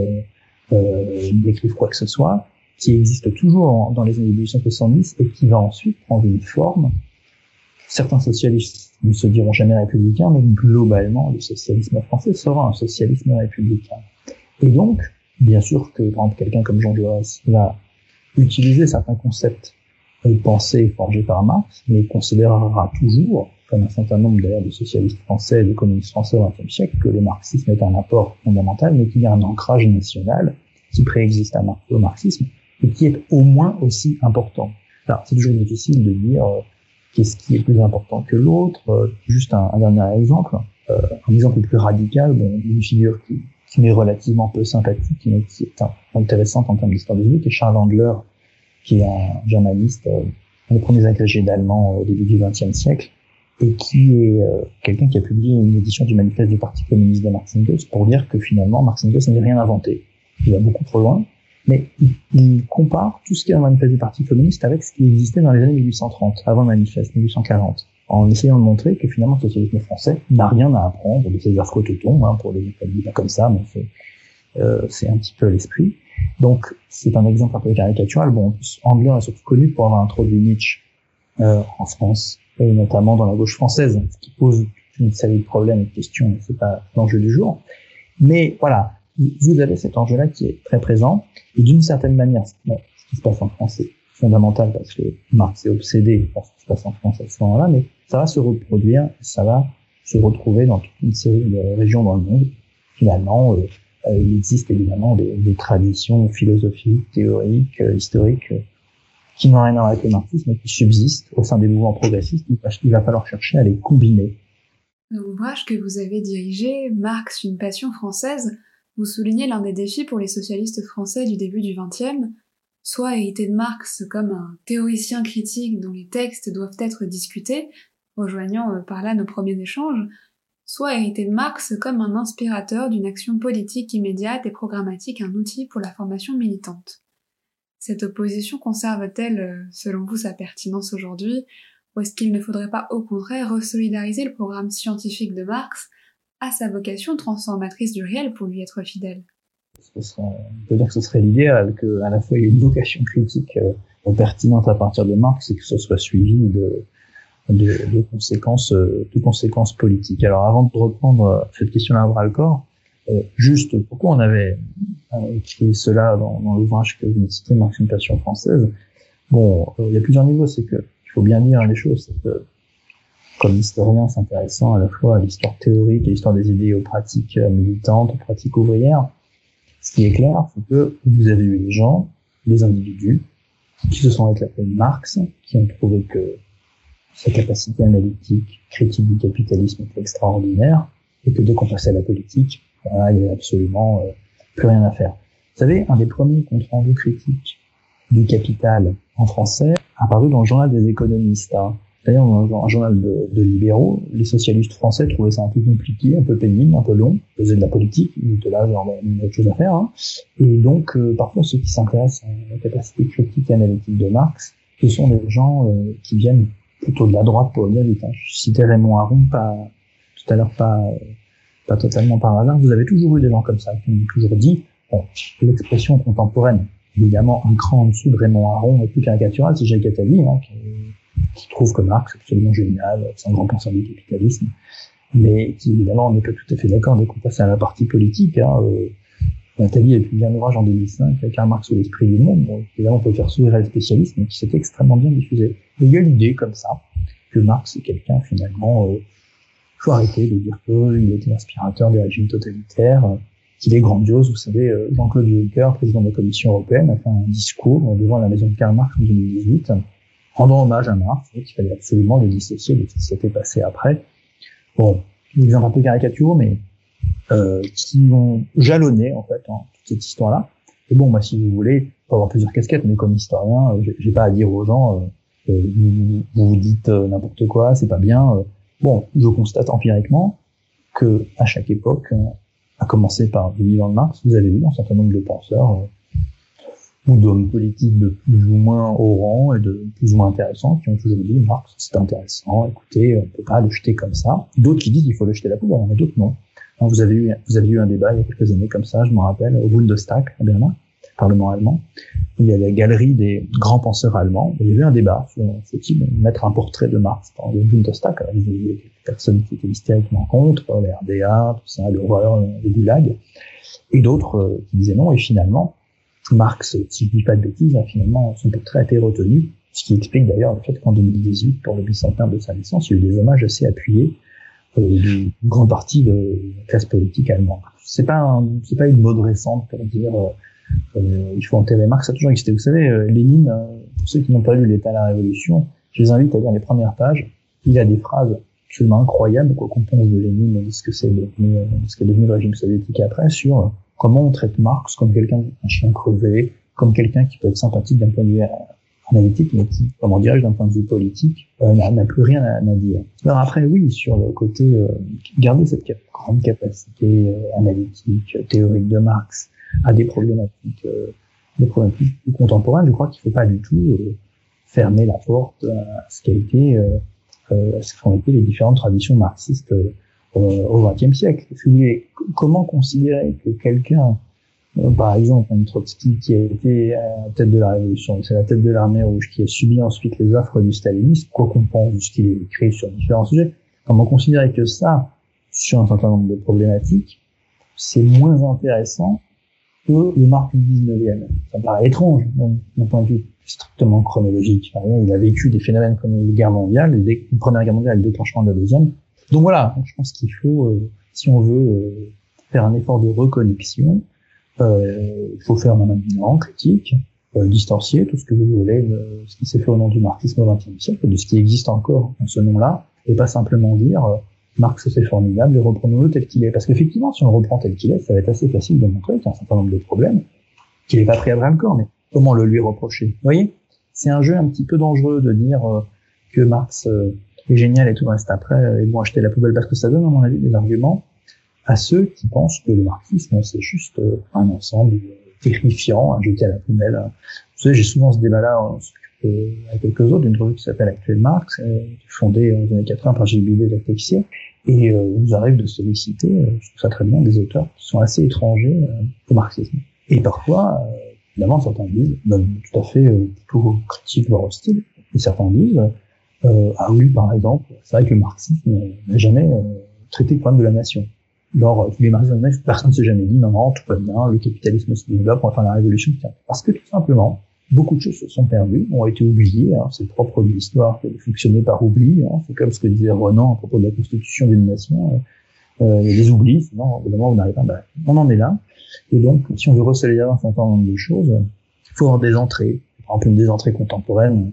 euh, n'écrive quoi que ce soit, qui existe toujours en, dans les années dix-huit cent soixante-dix et qui va ensuite prendre une forme. Certains socialistes ne se diront jamais républicains, mais globalement, le socialisme français sera un socialisme républicain. Et donc, bien sûr que, par exemple, quelqu'un comme Jean Jaurès va utiliser certains concepts de pensée forgés par Marx, mais considérera toujours, comme un certain nombre d'ailleurs de socialistes français et de communistes français au vingtième siècle, que le marxisme est un apport fondamental, mais qu'il y a un ancrage national qui préexiste à Mar- au marxisme et qui est au moins aussi important. Alors, c'est toujours difficile de dire euh, qu'est-ce qui est plus important que l'autre. Euh, juste un, un dernier exemple, euh, un exemple plus radical, bon, une figure qui, qui m'est relativement peu sympathique, mais qui est un, intéressante en termes d'histoire des idées, qui est Charles Andler, qui est un journaliste, euh, un des premiers agrégés d'allemand au début du vingtième siècle, et qui est euh, quelqu'un qui a publié une édition du manifeste du Parti communiste de Marx Engels pour dire que finalement Marx Engels n'avait rien inventé. Il va beaucoup trop loin, mais il, il compare tout ce qui est dans le manifeste du Parti communiste avec ce qui existait dans les années mille huit cent trente, avant le manifeste, mille huit cent quarante, en essayant de montrer que finalement le socialisme français n'a rien à apprendre de ces affreux teutons, hein, pour le dire pas comme ça, mais c'est, euh, c'est un petit peu l'esprit. Donc, c'est un exemple un peu caricatural. Bon, en plus, Andler est surtout connu pour avoir introduit Nietzsche euh, en France, et notamment dans la gauche française, ce qui pose une série de problèmes et de questions, c'est pas l'enjeu du jour. Mais voilà, vous avez cet enjeu-là qui est très présent, et d'une certaine manière, bon, ce qui se passe en France est fondamental parce que Marx est obsédé par ce qui se passe en France à ce moment-là, mais ça va se reproduire, ça va se retrouver dans toute une série de régions dans le monde. Finalement, euh, Euh, il existe évidemment des, des traditions philosophiques, théoriques, euh, historiques, euh, qui n'ont rien à voir avec le marxisme, mais qui subsistent au sein des mouvements progressistes. Il va, il va falloir chercher à les combiner. Dans l'ouvrage que vous avez dirigé, Marx, une passion française, vous soulignez l'un des défis pour les socialistes français du début du vingtième, soit hériter de Marx comme un théoricien critique dont les textes doivent être discutés, rejoignant euh, par là nos premiers échanges, soit hériter de Marx comme un inspirateur d'une action politique immédiate et programmatique, un outil pour la formation militante. Cette opposition conserve-t-elle, selon vous, sa pertinence aujourd'hui, ou est-ce qu'il ne faudrait pas au contraire resolidariser le programme scientifique de Marx à sa vocation transformatrice du réel pour lui être fidèle? Ce serait, on peut dire que ce serait l'idéal, qu'à la fois il y ait une vocation critique euh, pertinente à partir de Marx et que ce soit suivi de De, de conséquences, de conséquences politiques. Alors, avant de reprendre cette question-là à bras-le-corps, euh, juste pourquoi on avait euh, écrit cela dans, dans l'ouvrage que vous venez de citer, Marx, une passion française. Bon, euh, il y a plusieurs niveaux. C'est que il faut bien dire les choses. C'est que, comme historien s'intéressant à la fois à l'histoire théorique et à l'histoire des idées aux pratiques militantes, aux pratiques ouvrières, ce qui est clair, c'est que vous avez eu les gens, les individus, qui se sont éclatés de Marx, qui ont trouvé que sa capacité analytique, critique du capitalisme était extraordinaire, et que dès qu'on passait à la politique, voilà, il n'y avait absolument euh, plus rien à faire. Vous savez, un des premiers comptes rendus critiques du capital en français apparu dans le journal des économistes. Hein. D'ailleurs, dans un journal de, de libéraux, les socialistes français trouvaient ça un peu compliqué, un peu pénible, un peu long, ils faisaient de la politique, ils étaient là, genre, il y a autre chose à faire. Hein. Et donc, euh, parfois, ceux qui s'intéressent à la capacité critique et analytique de Marx, ce sont des gens euh, qui viennent plutôt de la droite pour le dire vite. Hein. Je citais Raymond Aron, pas, tout à l'heure, pas, pas totalement par hasard. Vous avez toujours eu des gens comme ça qui ont toujours dit, bon, l'expression contemporaine, évidemment, un cran en dessous de Raymond Aron est plus caricatural, c'est Jacques Attali, hein, qui, qui trouve que Marx est absolument génial, c'est un grand penseur du capitalisme, mais qui évidemment n'est pas tout à fait d'accord dès qu'on passe à la partie politique. Hein, euh, Nathalie a publié un ouvrage en deux mille cinq avec Karl Marx ou l'esprit du monde, bon, évidemment on peut faire sourire les spécialistes, mais qui s'était extrêmement bien diffusé. Et il y a l'idée comme ça que Marx est quelqu'un finalement, il euh, faut arrêter de dire qu'il était inspirateur des régimes totalitaires, euh, qu'il est grandiose. Vous savez, euh, Jean-Claude Juncker, président de la Commission européenne, a fait un discours devant la maison de Karl Marx en deux mille dix-huit, rendant hommage à Marx, qu'il fallait absolument le dissocier de ce qui s'était passé après. Bon, un exemple un peu caricaturaux, mais euh, qui ont jalonné en fait hein, toute cette histoire-là. Et bon, moi, si vous voulez, faut avoir plusieurs casquettes, mais comme historien, euh, j'ai pas à dire aux gens, euh, euh, vous, vous vous dites euh, n'importe quoi, c'est pas bien. Euh. Bon, je constate empiriquement que à chaque époque, euh, à commencer par le vivant de Marx, vous avez eu un certain nombre de penseurs euh, ou d'hommes politiques de plus ou moins haut rang et de plus ou moins intéressants qui ont toujours dit Marx c'est intéressant, écoutez, on peut pas le jeter comme ça. D'autres qui disent il faut le jeter à la poubelle, mais d'autres non. Alors, vous avez eu vous avez eu un débat il y a quelques années comme ça, je m'en rappelle, au Bundestag à Berlin, Parlement allemand, où il y a la galerie des grands penseurs allemands. Il y avait un débat sur faut-il mettre un portrait de Marx dans le Bundestag. Alors, il y avait quelques personnes qui étaient hystériquement contre, les R D A, tout ça, l'horreur, le goulag, et d'autres euh, qui disaient non. Et finalement, Marx, si je dis pas de bêtises, hein, finalement, son portrait a été retenu, ce qui explique d'ailleurs le fait qu'en deux mille dix-huit, pour le bicentenaire de sa naissance, il y a eu des hommages assez appuyés euh, d'une grande partie de la classe politique allemande. C'est pas un, c'est pas une mode récente pour dire euh, euh, il faut enterrer Marx, ça a toujours existé. Vous savez, euh, Lénine, euh, pour ceux qui n'ont pas lu l'État et la Révolution, je les invite à lire les premières pages. Il a des phrases absolument incroyables, quoi qu'on pense de Lénine, de ce que c'est devenu, euh, ce qu'est devenu le régime soviétique après, sur euh, comment on traite Marx comme quelqu'un, un chien crevé, comme quelqu'un qui peut être sympathique d'un point de vue analytique, mais qui, comment dirais-je, d'un point de vue politique, euh, n'a, n'a plus rien à, à dire. Alors après, oui, sur le côté, euh, garder cette cap- grande capacité euh, analytique, théorique de Marx à des problématiques, euh, des problématiques plus contemporaines, je crois qu'il ne faut pas du tout euh, fermer la porte à ce qu'a été, euh, euh, à ce qu'ont été les différentes traditions marxistes euh, au vingtième siècle. Si vous voulez, comment considérer que quelqu'un, euh, par exemple, un Trotsky qui a été à la tête de la Révolution, c'est la tête de l'armée rouge, qui a subi ensuite les affres du stalinisme, quoi qu'on pense de ce qu'il a écrit sur différents sujets, comment considérer que ça, sur un certain nombre de problématiques, c'est moins intéressant que le Marx du dix-neuvième. Ça me paraît étrange, d'un point de vue strictement chronologique. Il a vécu des phénomènes comme la guerre mondiale, la première guerre mondiale, le déclenchement de la deuxième. Donc voilà, je pense qu'il faut, euh, si on veut euh, faire un effort de reconnexion, euh, il faut faire un bilan critique, euh, distancier tout ce que vous voulez de ce qui s'est fait au nom du marxisme au vingtième siècle, de ce qui existe encore en ce nom-là, et pas simplement dire euh, Marx c'est formidable et reprenons-le tel qu'il est. Parce qu'effectivement, si on le reprend tel qu'il est, ça va être assez facile de montrer qu'il y a un certain nombre de problèmes, qu'il n'est pas pris à bras le corps, mais comment le lui reprocher? Vous voyez, c'est un jeu un petit peu dangereux de dire euh, que Marx euh, est génial et tout le reste après, euh, ils vont acheter la poubelle, parce que ça donne, à mon avis, des arguments à ceux qui pensent que le marxisme, c'est juste euh, un ensemble euh, terrifiant à jeter à la poubelle. Vous savez, j'ai souvent ce débat-là euh, avec quelques autres, d'une revue qui s'appelle Actuel Marx, euh, fondée en années quatre-vingts par Gilles Bidet et Jacques Texier, et euh, il nous arrive de solliciter, euh, je trouve ça très bien, des auteurs qui sont assez étrangers euh, au marxisme. Et parfois, euh, évidemment, certains disent, ben, tout à fait euh, plutôt critique, voire hostile, et certains disent, euh, ah oui, par exemple, c'est vrai que le marxisme n'a jamais euh, traité le problème de la nation. Genre, tous les marxistes, personne ne s'est jamais dit, non, non, tout va bien, le capitalisme se développe, on va faire la révolution, et cetera. Parce que, tout simplement, beaucoup de choses se sont perdues, ont été oubliées, hein, c'est propre de l'histoire qui a fonctionné par oubli, hein, c'est comme ce que disait Renan à propos de la constitution d'une nation, euh, il y a des oublis, sinon, au bout d'un moment, on n'arrive pas, bah, on en est là. Et donc, si on veut resolidifier un certain nombre de choses, il faut avoir des entrées, par exemple, une des entrées contemporaines,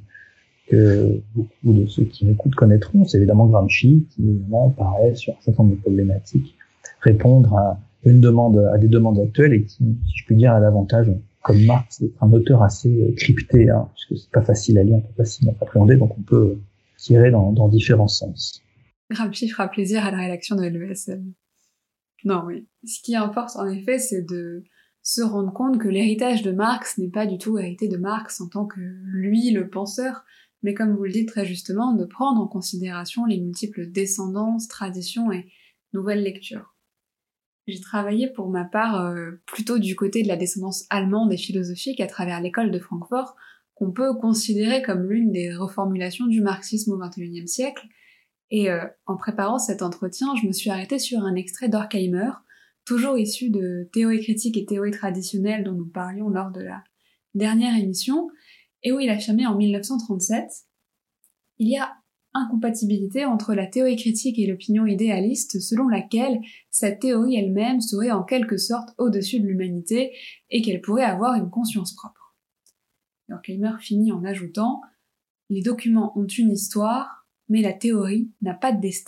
que beaucoup de ceux qui m'écoutent connaîtront, c'est évidemment Gramsci, qui évidemment paraît sur un certain nombre de problématiques, répondre à une demande, à des demandes actuelles et qui, si je puis dire, a l'avantage, comme Marx, d'être un auteur assez crypté, hein, puisque c'est pas facile à lire, pas facile à appréhender, donc on peut tirer dans, dans différents sens. Gramsci fera plaisir à la rédaction de l'E S M. Non, oui. Ce qui importe, en effet, c'est de se rendre compte que l'héritage de Marx n'est pas du tout hérité de Marx en tant que lui, le penseur, mais comme vous le dites très justement, de prendre en considération les multiples descendances, traditions et nouvelles lectures. J'ai travaillé pour ma part euh, plutôt du côté de la descendance allemande et philosophique à travers l'école de Francfort, qu'on peut considérer comme l'une des reformulations du marxisme au vingt et unième siècle. Et euh, en préparant cet entretien, je me suis arrêtée sur un extrait d'Horkheimer, toujours issu de Théorie critique et théorie traditionnelle dont nous parlions lors de la dernière émission, et où il affirmait en mille neuf cent trente-sept « Il y a incompatibilité entre la théorie critique et l'opinion idéaliste selon laquelle cette théorie elle-même serait en quelque sorte au-dessus de l'humanité et qu'elle pourrait avoir une conscience propre. » Horkheimer finit en ajoutant « Les documents ont une histoire, mais la théorie n'a pas de destin. »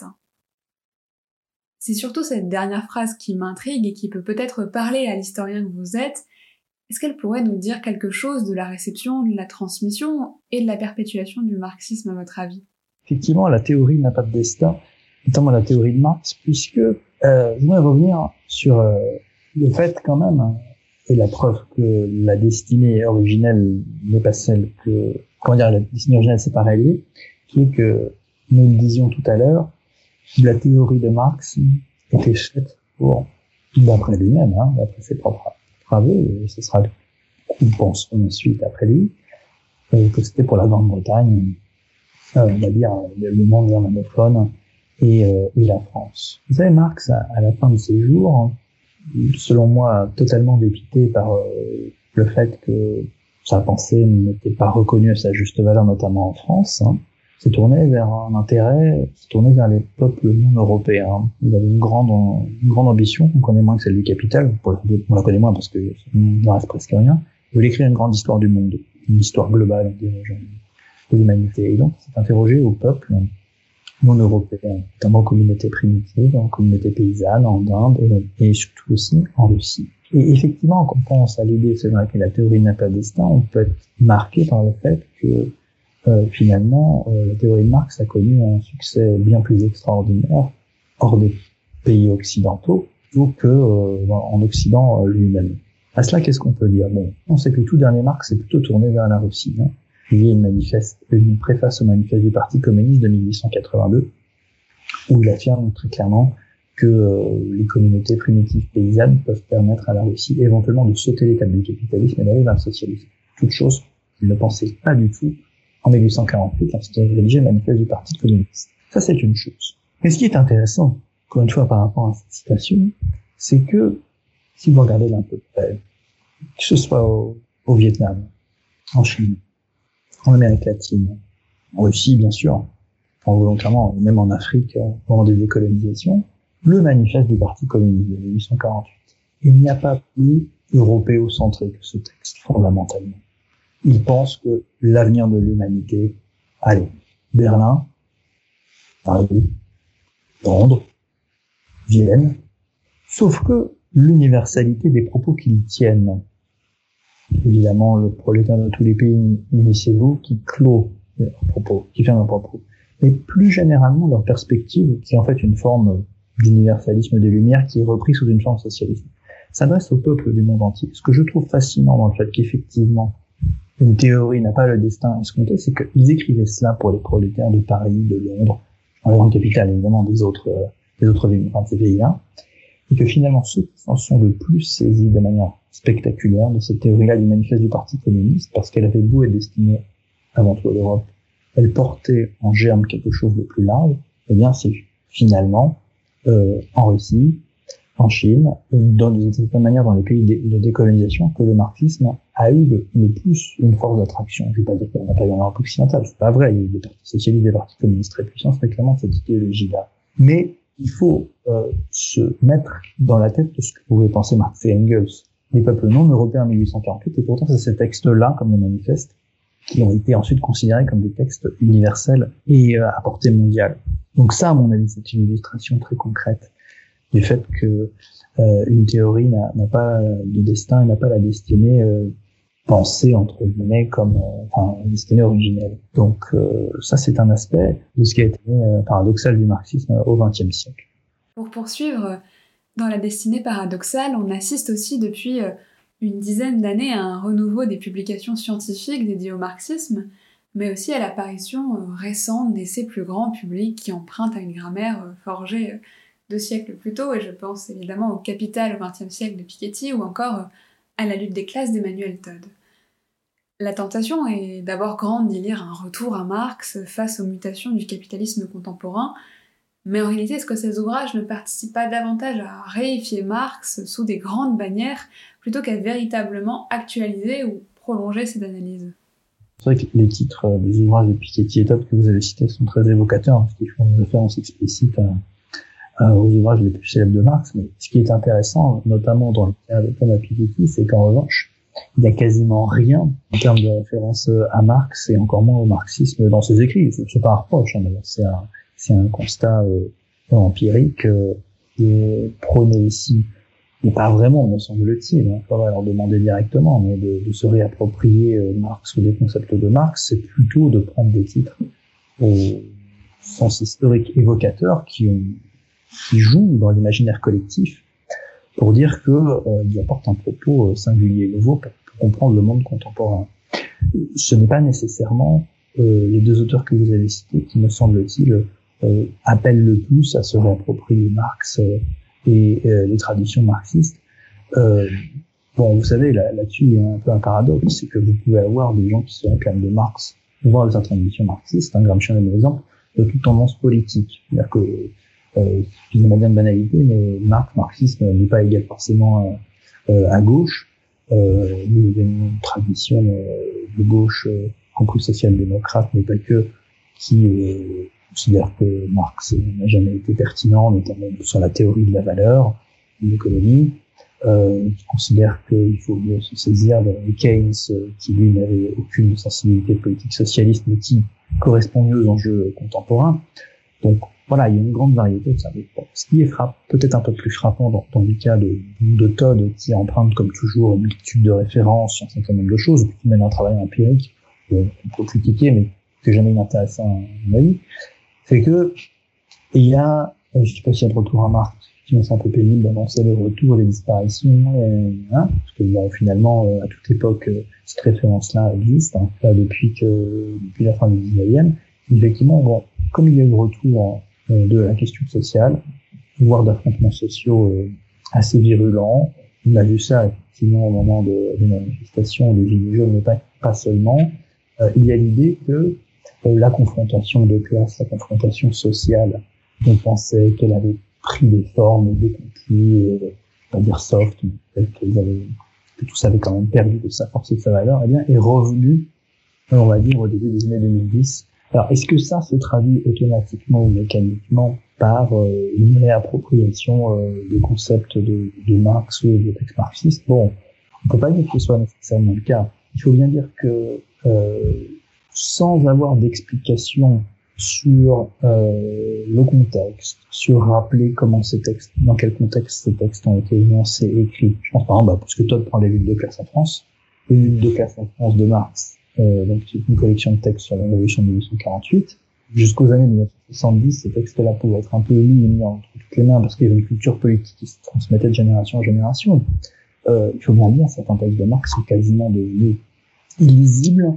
C'est surtout cette dernière phrase qui m'intrigue et qui peut peut-être parler à l'historien que vous êtes. Est-ce qu'elle pourrait nous dire quelque chose de la réception, de la transmission et de la perpétuation du marxisme à votre avis ? Effectivement, la théorie n'a pas de destin, notamment la théorie de Marx, puisque euh, je voudrais revenir sur euh, le fait quand même, et la preuve que la destinée originelle n'est pas celle que, comment dire, la destinée originelle c'est pas réalisé, qui est que, nous le disions tout à l'heure, la théorie de Marx était faite pour, d'après lui-même, hein, d'après ses propres travaux, et ce sera, nous penserons ensuite après lui, euh, que c'était pour la Grande-Bretagne, euh, on va dire le monde germanophone et, euh, et la France. Vous savez, Marx, à, à la fin de ses jours, selon moi, totalement dépité par euh, le fait que sa pensée n'était pas reconnue à sa juste valeur, notamment en France, hein, s'est tourné vers un intérêt, s'est tourné vers les peuples non européens. Il avait une grande, une grande ambition, on connaît moins que celle du Capital, on la connaît moins parce qu'il ne reste presque rien. Il voulait écrire une grande histoire du monde, une histoire globale, on dirait, de l'humanité. Et donc, il s'est interrogé aux peuples non européens, notamment aux communautés primitives, en communautés paysannes, en Inde, et, et surtout aussi en Russie. Et effectivement, quand on pense à l'idée selon laquelle la théorie n'a pas de destin, on peut être marqué par le fait que Euh, finalement, euh, la théorie de Marx a connu un succès bien plus extraordinaire hors des pays occidentaux plutôt que euh, en Occident euh, lui-même. À cela, qu'est-ce qu'on peut dire? Bon, on sait que le tout dernier Marx s'est plutôt tourné vers la Russie. Hein. Il y a une, manifeste, une préface au manifeste du Parti communiste de mille huit cent quatre-vingt-deux où il affirme très clairement que euh, les communautés primitives paysannes peuvent permettre à la Russie éventuellement de sauter l'étape du capitalisme et d'aller vers le socialisme. Toute chose qu'il ne pensait pas du tout en mille huit cent quarante-huit, lorsqu'il a rédigé le manifeste du Parti communiste. Ça, c'est une chose. Mais ce qui est intéressant, encore une fois, par rapport à cette citation, c'est que, si vous regardez d'un peu près, que ce soit au, au Vietnam, en Chine, en Amérique latine, en Russie, bien sûr, volontairement, même en Afrique, au moment des décolonisations, le manifeste du Parti communiste de mille huit cent quarante-huit. Il n'y a pas plus européocentré que ce texte, fondamentalement. Il pense que l'avenir de l'humanité, allez, Berlin, Paris, Londres, Vienne, sauf que l'universalité des propos qu'ils tiennent, évidemment, le prolétaire de tous les pays, unissez-vous, qui clôt leurs propos, qui ferme leurs propos, mais plus généralement leur perspective, qui est en fait une forme d'universalisme des Lumières, qui est repris sous une forme socialiste, s'adresse au peuple du monde entier. Ce que je trouve fascinant dans le fait qu'effectivement, une théorie n'a pas le destin escompté, c'est qu'ils écrivaient cela pour les prolétaires de Paris, de Londres, en grande capitale évidemment des autres, euh, des autres villes, enfin de ces pays-là, et que finalement ceux qui s'en sont le plus saisis de manière spectaculaire de cette théorie-là du manifeste du Parti communiste, parce qu'elle avait beau être destinée avant tout à l'Europe, elle portait en germe quelque chose de plus large, eh bien c'est finalement euh, en Russie, en Chine, dans, d'une certaine manière dans les pays de décolonisation, que le marxisme a eu le, le plus une force d'attraction. Je ne vais pas dire qu'il n'y en a pas eu en Europe occidentale, c'est pas vrai, il y a eu des partis socialistes, des partis communistes très puissants réclamant cette idéologie-là. Mais il faut euh, se mettre dans la tête de ce que pouvaient penser Marx et Engels, les peuples non européens en mille huit cent quarante-huit, et pourtant c'est ces textes-là, comme les manifestes, qui ont été ensuite considérés comme des textes universels et euh, à portée mondiale. Donc ça, à mon avis, c'est une illustration très concrète du fait que euh, une théorie n'a, n'a pas de destin et n'a pas la destinée euh, pensée entre guillemets comme euh, enfin une destinée originelle. Donc euh, ça c'est un aspect de ce qui a été euh, paradoxal du marxisme au vingtième siècle. Pour poursuivre, dans la destinée paradoxale, on assiste aussi depuis une dizaine d'années à un renouveau des publications scientifiques dédiées au marxisme, mais aussi à l'apparition récente d'essais plus grand public qui empruntent à une grammaire forgée deux siècles plus tôt, et je pense évidemment au Capital au vingtième siècle de Piketty ou encore à la lutte des classes d'Emmanuel Todd. La tentation est d'abord grande d'y lire un retour à Marx face aux mutations du capitalisme contemporain, mais en réalité, est-ce que ces ouvrages ne participent pas davantage à réifier Marx sous des grandes bannières plutôt qu'à véritablement actualiser ou prolonger cette analyse? C'est vrai que les titres des ouvrages de Piketty et Todd que vous avez cités sont très évocateurs, parce qu'ils font une référence explicite à, à, aux ouvrages les plus célèbres de Marx. Mais ce qui est intéressant, notamment dans le cas de Thomas Piketty, c'est qu'en revanche, il n'y a quasiment rien en termes de référence à Marx et encore moins au marxisme dans ses écrits. C'est pas un reproche, hein, c'est un, c'est un constat euh, empirique euh, qui est prôné ici. Mais pas vraiment, me semble-t-il. Il faudrait leur demander directement, mais de, de se réapproprier euh, Marx ou des concepts de Marx, c'est plutôt de prendre des titres au sens historique évocateur qui, qui jouent dans l'imaginaire collectif pour dire que euh, il apporte un propos euh, singulier et nouveau pour, pour comprendre le monde contemporain. Ce n'est pas nécessairement euh, les deux auteurs que vous avez cités qui, me semble-t-il, euh, appellent le plus à se réapproprier Marx euh, et euh, les traditions marxistes. Euh, bon, vous savez, là, là-dessus, il y a un peu un paradoxe, c'est que vous pouvez avoir des gens qui se réclament de Marx, voire de sa tradition marxiste, hein, Gramsci est un exemple, de toute tendance politique. C'est-à-dire que, euh, excusez-moi bien de banalité, mais Marx, marxisme n'est pas égal forcément euh, à gauche. Euh, nous avons une tradition euh, de gauche, euh, compris social-démocrate, mais pas que, qui euh, considère que Marx n'a jamais été pertinent, notamment sur la théorie de la valeur, de l'économie, euh, qui considère qu'il faut mieux se saisir de Keynes, euh, qui lui n'avait aucune sensibilité politique socialiste, mais qui correspond mieux aux enjeux contemporains. Donc voilà, il y a une grande variété de ça. Mais bon, ce qui est frapp, peut-être un peu plus frappant dans, dans le cas de, de Todd, qui emprunte comme toujours une multitude de références sur un certain nombre de choses, qui mène un travail empirique, euh, qu'on peut critiquer, mais qui n'est jamais inintéressant à mon avis, c'est que il y a, je sais pas s'il y a de retour à Marx, c'est un peu pénible d'annoncer le retour, les disparitions, et, hein, parce que bon, finalement, à toute époque, cette référence-là existe, hein, là, depuis que, depuis la fin du dix-neuvième. Effectivement, bon, comme il y a eu le retour euh, de la question sociale, voire d'affrontements sociaux euh, assez virulents, on a vu ça effectivement au moment de, de manifestations des Gilets jaunes, mais pas, pas seulement, euh, il y a l'idée que euh, la confrontation de classe, la confrontation sociale, on pensait qu'elle avait pris des formes beaucoup plus, euh, on va dire soft, mais qu'elles avaient, que tout ça avait quand même perdu de sa force et de sa valeur, eh bien, est revenu, on va dire, au début des années deux mille dix. Alors, est-ce que ça se traduit automatiquement ou mécaniquement par euh, une réappropriation euh, des concepts de, de Marx ou de textes marxistes? Bon, on peut pas dire que ce soit nécessairement le cas. Il faut bien dire que euh, sans avoir d'explication sur euh, le contexte, sur rappeler comment ces textes, dans quel contexte ces textes ont été énoncés et écrits. Je pense par exemple, bah, parce que Todd prend les luttes de classe en France, les luttes de classe en France de Marx, euh, donc c'est une collection de textes sur la Révolution de dix-huit cent quarante-huit. Jusqu'aux années mille neuf cent soixante-dix, ces textes-là pouvaient être un peu lus et mis entre toutes les mains parce qu'il y avait une culture politique qui se transmettait de génération en génération. Euh, il faut bien dire, certains textes de Marx sont quasiment devenus illisibles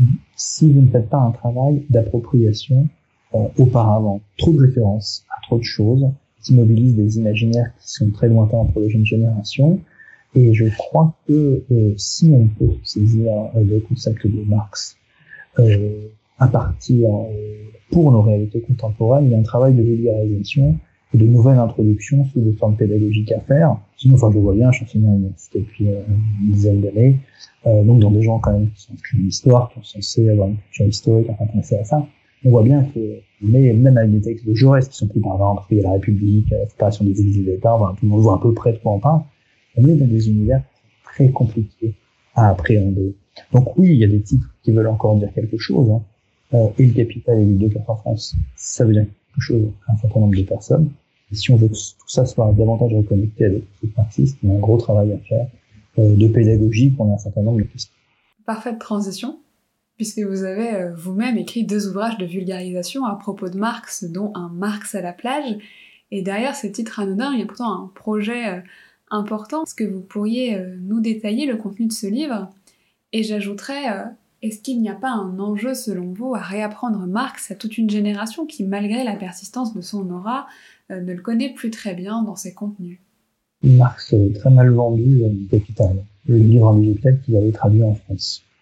si vous ne faites pas un travail d'appropriation euh, auparavant. Trop de références à trop de choses qui mobilisent des imaginaires qui sont très lointains pour les jeunes générations. Et je crois que euh, si on peut saisir euh, le concept de Marx euh, à partir euh, pour nos réalités contemporaines, il y a un travail de vulgarisation et de nouvelles introductions sous des formes pédagogiques à faire. Sinon, enfin, je le vois bien, je suis enseignant à l'université depuis euh, une dizaine d'années, euh, donc dans des gens quand même qui sont inscrits en histoire, qui sont censés avoir une culture historique, enfin penser à ça. On voit bien que, mais même avec des textes de Jaurès qui sont pris par exemple, il y a la République, la séparation des églises et de l'État, tout le monde voit à peu près de quoi on parle. On est dans des univers très compliqués à appréhender. Donc oui, il y a des titres qui veulent encore dire quelque chose, hein. Euh, et le Capital et les deux cas en France, ça veut dire quelque chose à un certain nombre de personnes. Et si on veut que tout ça soit davantage reconnecté avec les marxistes, il y a un gros travail à faire euh, de pédagogie pour un certain nombre de questions. Parfaite transition, puisque vous avez euh, vous-même écrit deux ouvrages de vulgarisation à propos de Marx, dont un Marx à la plage. Et derrière ce titre anodin, il y a pourtant un projet euh, important. Est-ce que vous pourriez euh, nous détailler le contenu de ce livre? Et j'ajouterais, euh, est-ce qu'il n'y a pas un enjeu, selon vous, à réapprendre Marx à toute une génération qui, malgré la persistance de son aura, euh, ne le connaît plus très bien dans ses contenus? Marx est très mal vendu dans le Capital, le livre individuel qu'il avait traduit en France.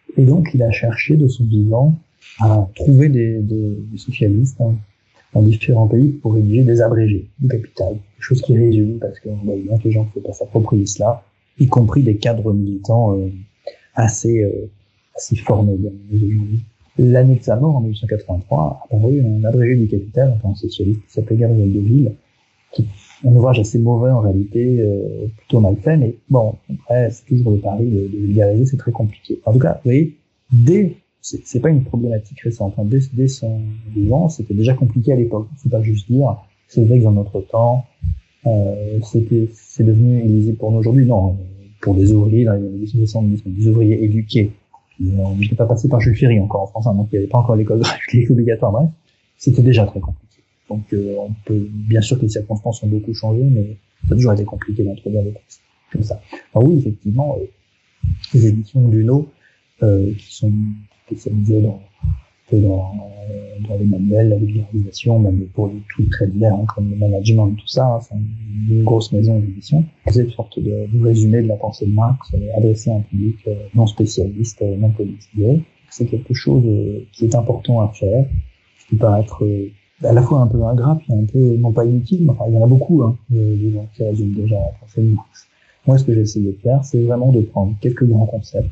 Et donc, il a cherché de son vivant à trouver des, des, des socialistes hein, dans différents pays pour rédiger des abrégés du Capital. Des choses qui résument, parce qu'on voit bien que les gens ne peuvent pas s'approprier cela, y compris des cadres militants euh, assez, euh, assez formés aujourd'hui. L'année de sa mort, en mille huit cent quatre-vingt-trois, a apparu un abrégé du Capital, enfin un socialiste qui s'appelait Gabriel Deville, qui un ouvrage assez mauvais en réalité, euh, plutôt mal fait, mais bon, après, c'est toujours le pari de, de vulgariser, c'est très compliqué. En tout cas, vous voyez, dès, c'est, c'est pas une problématique récente, hein, dès, dès son vivant, c'était déjà compliqué à l'époque. Faut pas juste dire, c'est vrai que dans notre temps, euh, c'était, c'est devenu illisible pour nous aujourd'hui. Non, pour des ouvriers dans les années dix-neuf cent soixante-dix, des ouvriers éduqués, qui n'étaient pas passés par Jules Ferry encore en France, hein, donc il n'y avait pas encore l'école obligatoire, bref, c'était déjà très compliqué. Donc, euh, on peut, bien sûr que les circonstances ont beaucoup changé, mais ça a toujours été compliqué d'introduire des textes comme ça. Alors oui, effectivement, euh, les éditions d'Uno, euh, qui sont spécialisées dans, dans, dans les manuels, la vulgarisation, même pour des trucs très divers, hein, comme le management et tout ça, hein, c'est une grosse maison d'édition. C'est une sorte de, de résumé de la pensée de Marx, euh, adressé à un public euh, non spécialiste, euh, non politisé. C'est quelque chose euh, qui est important à faire, qui peut paraître euh, à la fois un peu ingrat, puis un peu, non pas inutile, mais enfin, il y en a beaucoup, hein, des gens qui résument déjà la pensée de Marx. Moi, ce que j'ai essayé de faire, c'est vraiment de prendre quelques grands concepts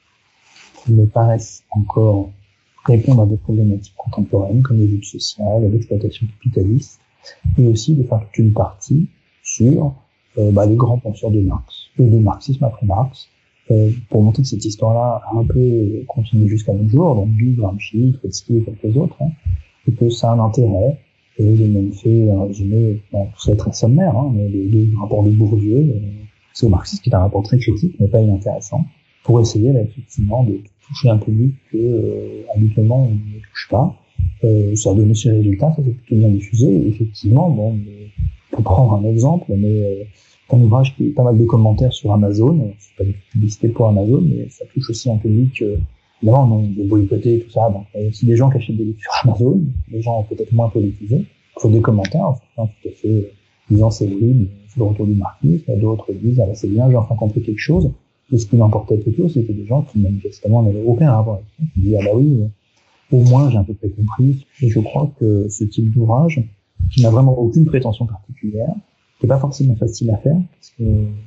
qui me paraissent encore répondre à des problématiques contemporaines, comme les luttes sociales, l'exploitation capitaliste, et aussi de faire toute une partie sur euh, bah, les grands penseurs de Marx, et le marxisme après Marx, euh, pour montrer que cette histoire-là a un peu continué jusqu'à nos jours, donc Guy, Gramsci, Trotsky et quelques autres, hein, et que ça a un intérêt. Et j'ai même fait un résumé, bon, tout ça est très sommaire, hein, mais le, le rapport de Bourdieu, euh, c'est au marxisme, qui est un rapport très critique, mais pas inintéressant, pour essayer là, effectivement de toucher un public que euh, habituellement on ne touche pas. Euh, ça a donné ses résultats, ça s'est plutôt bien diffusé. Et effectivement, bon, pour prendre un exemple, mais euh, c'est un ouvrage qui a pas mal de commentaires sur Amazon. C'est pas une publicité pour Amazon, mais ça touche aussi un public. Euh, Évidemment, on est boycotté et tout ça, donc il y a aussi des gens qui achètent des livres sur Amazon, des gens peut-être moins politisés, il faut des commentaires, certains tout à fait euh, disant c'est horrible, c'est le retour du marxisme, et d'autres disent ah bah c'est bien, j'ai enfin compris quelque chose, et ce qui m'importait plutôt, c'était des gens qui manifestement n'avaient aucun rapport avec ça, qui disaient ah bah oui, euh, au moins j'ai à peu près compris, et je crois que ce type d'ouvrage, qui n'a vraiment aucune prétention particulière, qui n'est pas forcément facile à faire, parce que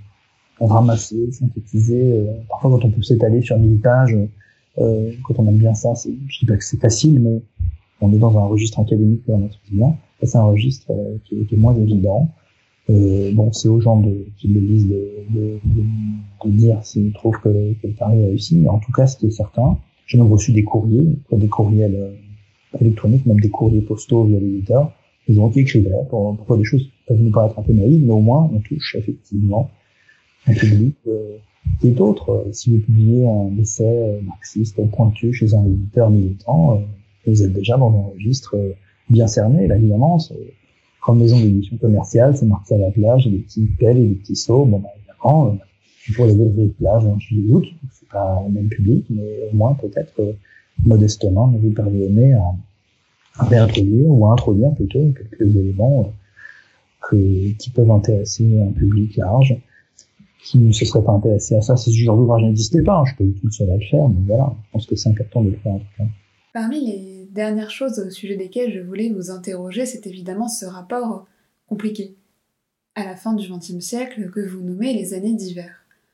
on ramassait, synthétisait, euh, parfois quand on peut s'étaler sur mille pages, Euh, quand on aime bien ça, c'est, je dis pas que c'est facile, mais on est dans un registre académique dans notre quotidien. C'est un registre euh, qui, est, qui est moins évident. Euh, bon, c'est aux gens de, qui le lisent de, de, de, de dire s'ils trouvent que, que le pari est réussi. Mais en tout cas, ce qui est certain, j'ai même reçu des courriers, des courriels euh, électroniques, même des courriers postaux via l'éditeur. Ils ont écrit pour, pour des choses qui peuvent nous paraître un peu naïves, mais au moins on touche effectivement un public. Euh, Et d'autres, euh, si vous publiez un essai euh, marxiste pointu chez un éditeur militant, euh, vous êtes déjà dans un registre euh, bien cerné. Là, évidemment, c'est grande maison d'édition commerciale, c'est Marx à la plage, et des petits pelles et des petits seaux. Bon, bah, évidemment, euh, pour les ouvriers de plage, hein, je les doute, c'est pas le même public, mais au moins, peut-être, euh, modestement, vous parvenez à, à réintroduire, ou à introduire plutôt, quelques éléments euh, que, qui peuvent intéresser un public large, qui ne se serait pas intéressé à ça si ce genre d'ouvrage n'existait pas. Hein. Je peux tout seul à le faire, mais voilà, je pense que c'est important de le faire en tout cas. Parmi les dernières choses au sujet desquelles je voulais vous interroger, c'est évidemment ce rapport compliqué à la fin du vingtième siècle que vous nommez les années d'hiver.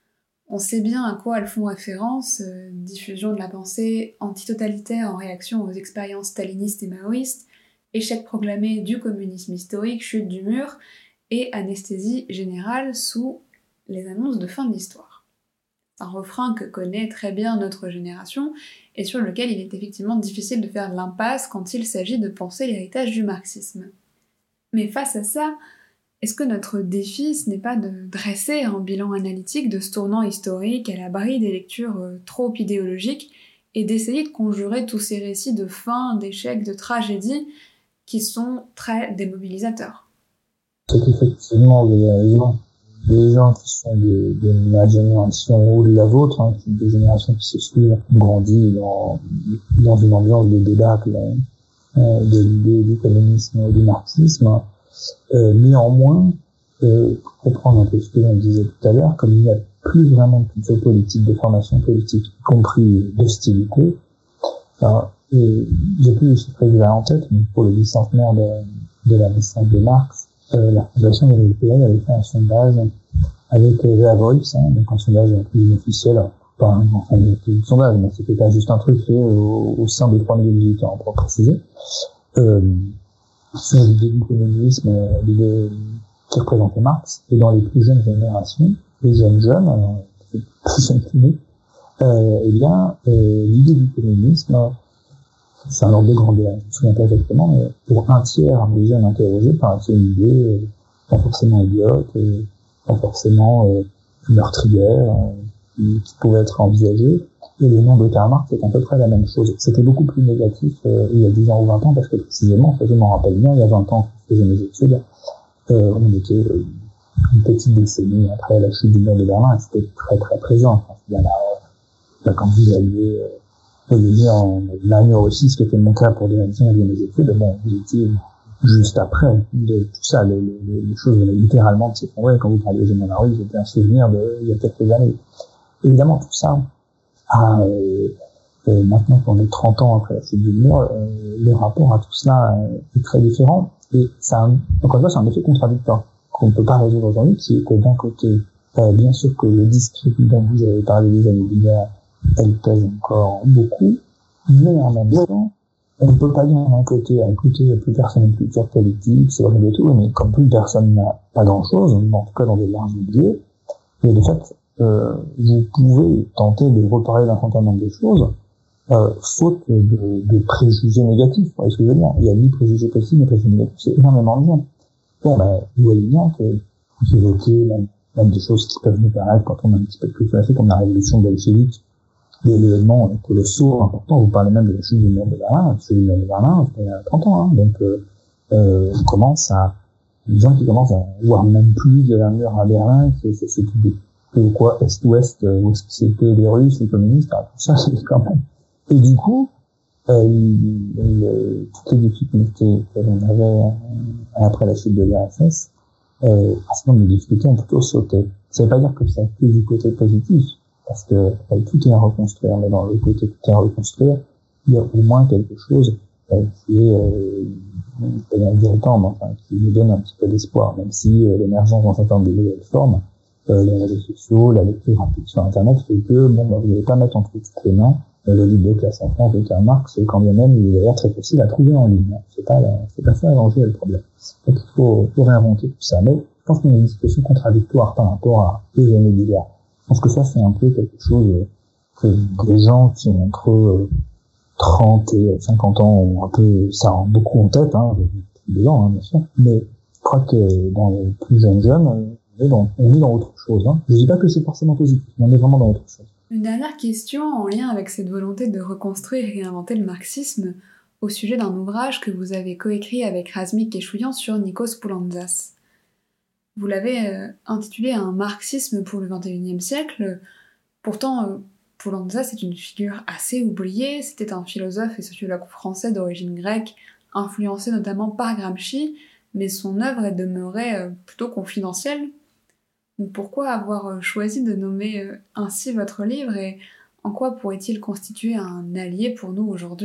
On sait bien à quoi elles font référence, euh, diffusion de la pensée antitotalitaire en réaction aux expériences stalinistes et maoïstes, échec proclamé du communisme historique, chute du mur, et anesthésie générale sous les annonces de fin de l'histoire. C'est un refrain que connaît très bien notre génération et sur lequel il est effectivement difficile de faire l'impasse quand il s'agit de penser l'héritage du marxisme. Mais face à ça, est-ce que notre défi, ce n'est pas de dresser un bilan analytique de ce tournant historique à l'abri des lectures trop idéologiques et d'essayer de conjurer tous ces récits de fin, d'échecs, de tragédies qui sont très démobilisateurs? C'est qu'effectivement, vous avez raison. Des gens qui sont de, de ma génération ou de la vôtre, hein, qui, des générations qui se suivent, ont grandi dans, dans une ambiance de débâcle euh, de l'idée du communisme et du marxisme. Euh, néanmoins, euh, pour reprendre un peu ce que l'on disait tout à l'heure, comme il y a plus vraiment de culture politique, de formation politique, y compris d'hostilité. Alors, et j'ai plus les chiffres exacts en tête, mais pour le bicentenaire de, de la naissance de Marx, euh, la Fondation de l'U P L avait fait un sondage avec euh, The Voice, hein, donc un sondage un peu officiel, alors, pas un, enfin, un sondage, mais c'était pas juste un truc fait au, au sein des trois millions de visiteurs, pour préciser, euh, sur l'idée du communisme, euh, l'idée qui représentait Marx, et dans les plus jeunes générations, les jeunes jeunes, alors, plus jeunes que nous, euh, eh bien, euh, l'idée du communisme, c'est un ordre de grandeur, je me souviens pas exactement, mais pour un tiers des jeunes interrogés, paraissait une idée, euh, pas forcément idiote, euh, pas forcément euh, meurtrière, euh, qui, qui pouvait être envisagée, et le nom de Karl Marx est à peu près la même chose. C'était beaucoup plus négatif euh, il y a dix ans ou vingt ans, parce que précisément, je m'en rappelle bien, il y a vingt ans, quand je faisais mes études, euh, on était euh, une petite décennie après la chute du mur de Berlin, et c'était très très présent. Enfin, il y a là, là, quand vous alliez, euh, je veux dire, en Allemagne aussi, ce qui était mon cas pour des anciens de mes études, bon, j'étais juste après de tout ça, les, les, les choses venaient littéralement de s'effondrer. Quand vous parliez aux gens dans la rue, c'était un souvenir de il y a quelques années. Évidemment, tout ça a, euh, euh, maintenant qu'on est trente ans après la chute du mur, euh, le rapport à tout cela euh, est très différent. Et ça, encore une fois, c'est un effet contradictoire qu'on ne peut pas résoudre aujourd'hui, qui est que d'un côté, euh, bien sûr que le discours dont vous avez parlé des années d'hier, elle pèse encore beaucoup, mais en même temps, on ne peut pas dire d'un côté, à côté, plus personne n'a culture politique, c'est vrai de tout, mais comme plus personne n'a pas grand-chose, en tout cas dans des larges milieux, et de fait, euh, vous pouvez tenter de reparler d'un certain nombre de choses, euh, faute de, de préjugés négatifs. Vous voyez ce que je veux dire? Il y a ni préjugés positifs, ni préjugés négatifs, c'est énormément de bien. Bon, ben, vous voyez bien que vous évoquez même, même des choses qui peuvent nous paraître quand on a un petit peu de culture, comme la révolution bolchevique, des événements colossaux, importants. Vous parlez même de la chute du mur de Berlin. La chute du mur de Berlin, c'était il y a trente ans, hein. Donc, euh, euh, on commence à, des gens qui commencent à voir même plus de la mur à Berlin, que c'est, c'est tout que quoi, Est-Ouest, euh, où est-ce que c'était les Russes, les communistes, alors, tout ça, c'est quand même. Et du coup, euh, le, toutes les difficultés que l'on avait euh, après la chute de l'U R S S, euh, à ce moment, les difficultés ont plutôt sauté. Ça veut pas dire que ça plus du côté positif, parce que euh, tout est à reconstruire, mais dans le côté tout est à reconstruire, il y a au moins quelque chose euh, qui est euh, irritant, mais enfin, qui nous donne un petit peu d'espoir, même si euh, l'émergence d'un certain nombre de nouvelles formes, euh, les réseaux sociaux, la lecture rapide sur Internet fait que, bon, bah, vous n'allez pas mettre entre toutes les mains euh, le livre de classe en France de Karl Marx, quand bien même il est d'ailleurs très facile à trouver en ligne. C'est pas, la, c'est pas ça l'enjeu et le problème. Donc il faut, faut réinventer tout ça. Mais je pense qu'il y a une discussion contradictoire par rapport à les années d'hier. Je pense que ça, c'est un peu quelque chose que des gens qui ont entre trente et cinquante ans ont un peu ça en beaucoup en tête, hein, des gens, hein, bien sûr. Mais je crois que dans les plus jeunes jeunes, on est dans, on est dans autre chose. Hein. Je dis pas que c'est forcément positif, mais on est vraiment dans autre chose. Une dernière question en lien avec cette volonté de reconstruire et réinventer le marxisme au sujet d'un ouvrage que vous avez coécrit avec Razmik Keshouian sur Nikos Poulantzas. Vous l'avez euh, intitulé « Un marxisme pour le vingt et unième siècle ». Pourtant, euh, Poulantzas est une figure assez oubliée. C'était un philosophe et sociologue français d'origine grecque, influencé notamment par Gramsci, mais son œuvre est demeurée euh, plutôt confidentielle. Donc pourquoi avoir choisi de nommer euh, ainsi votre livre et en quoi pourrait-il constituer un allié pour nous aujourd'hui ?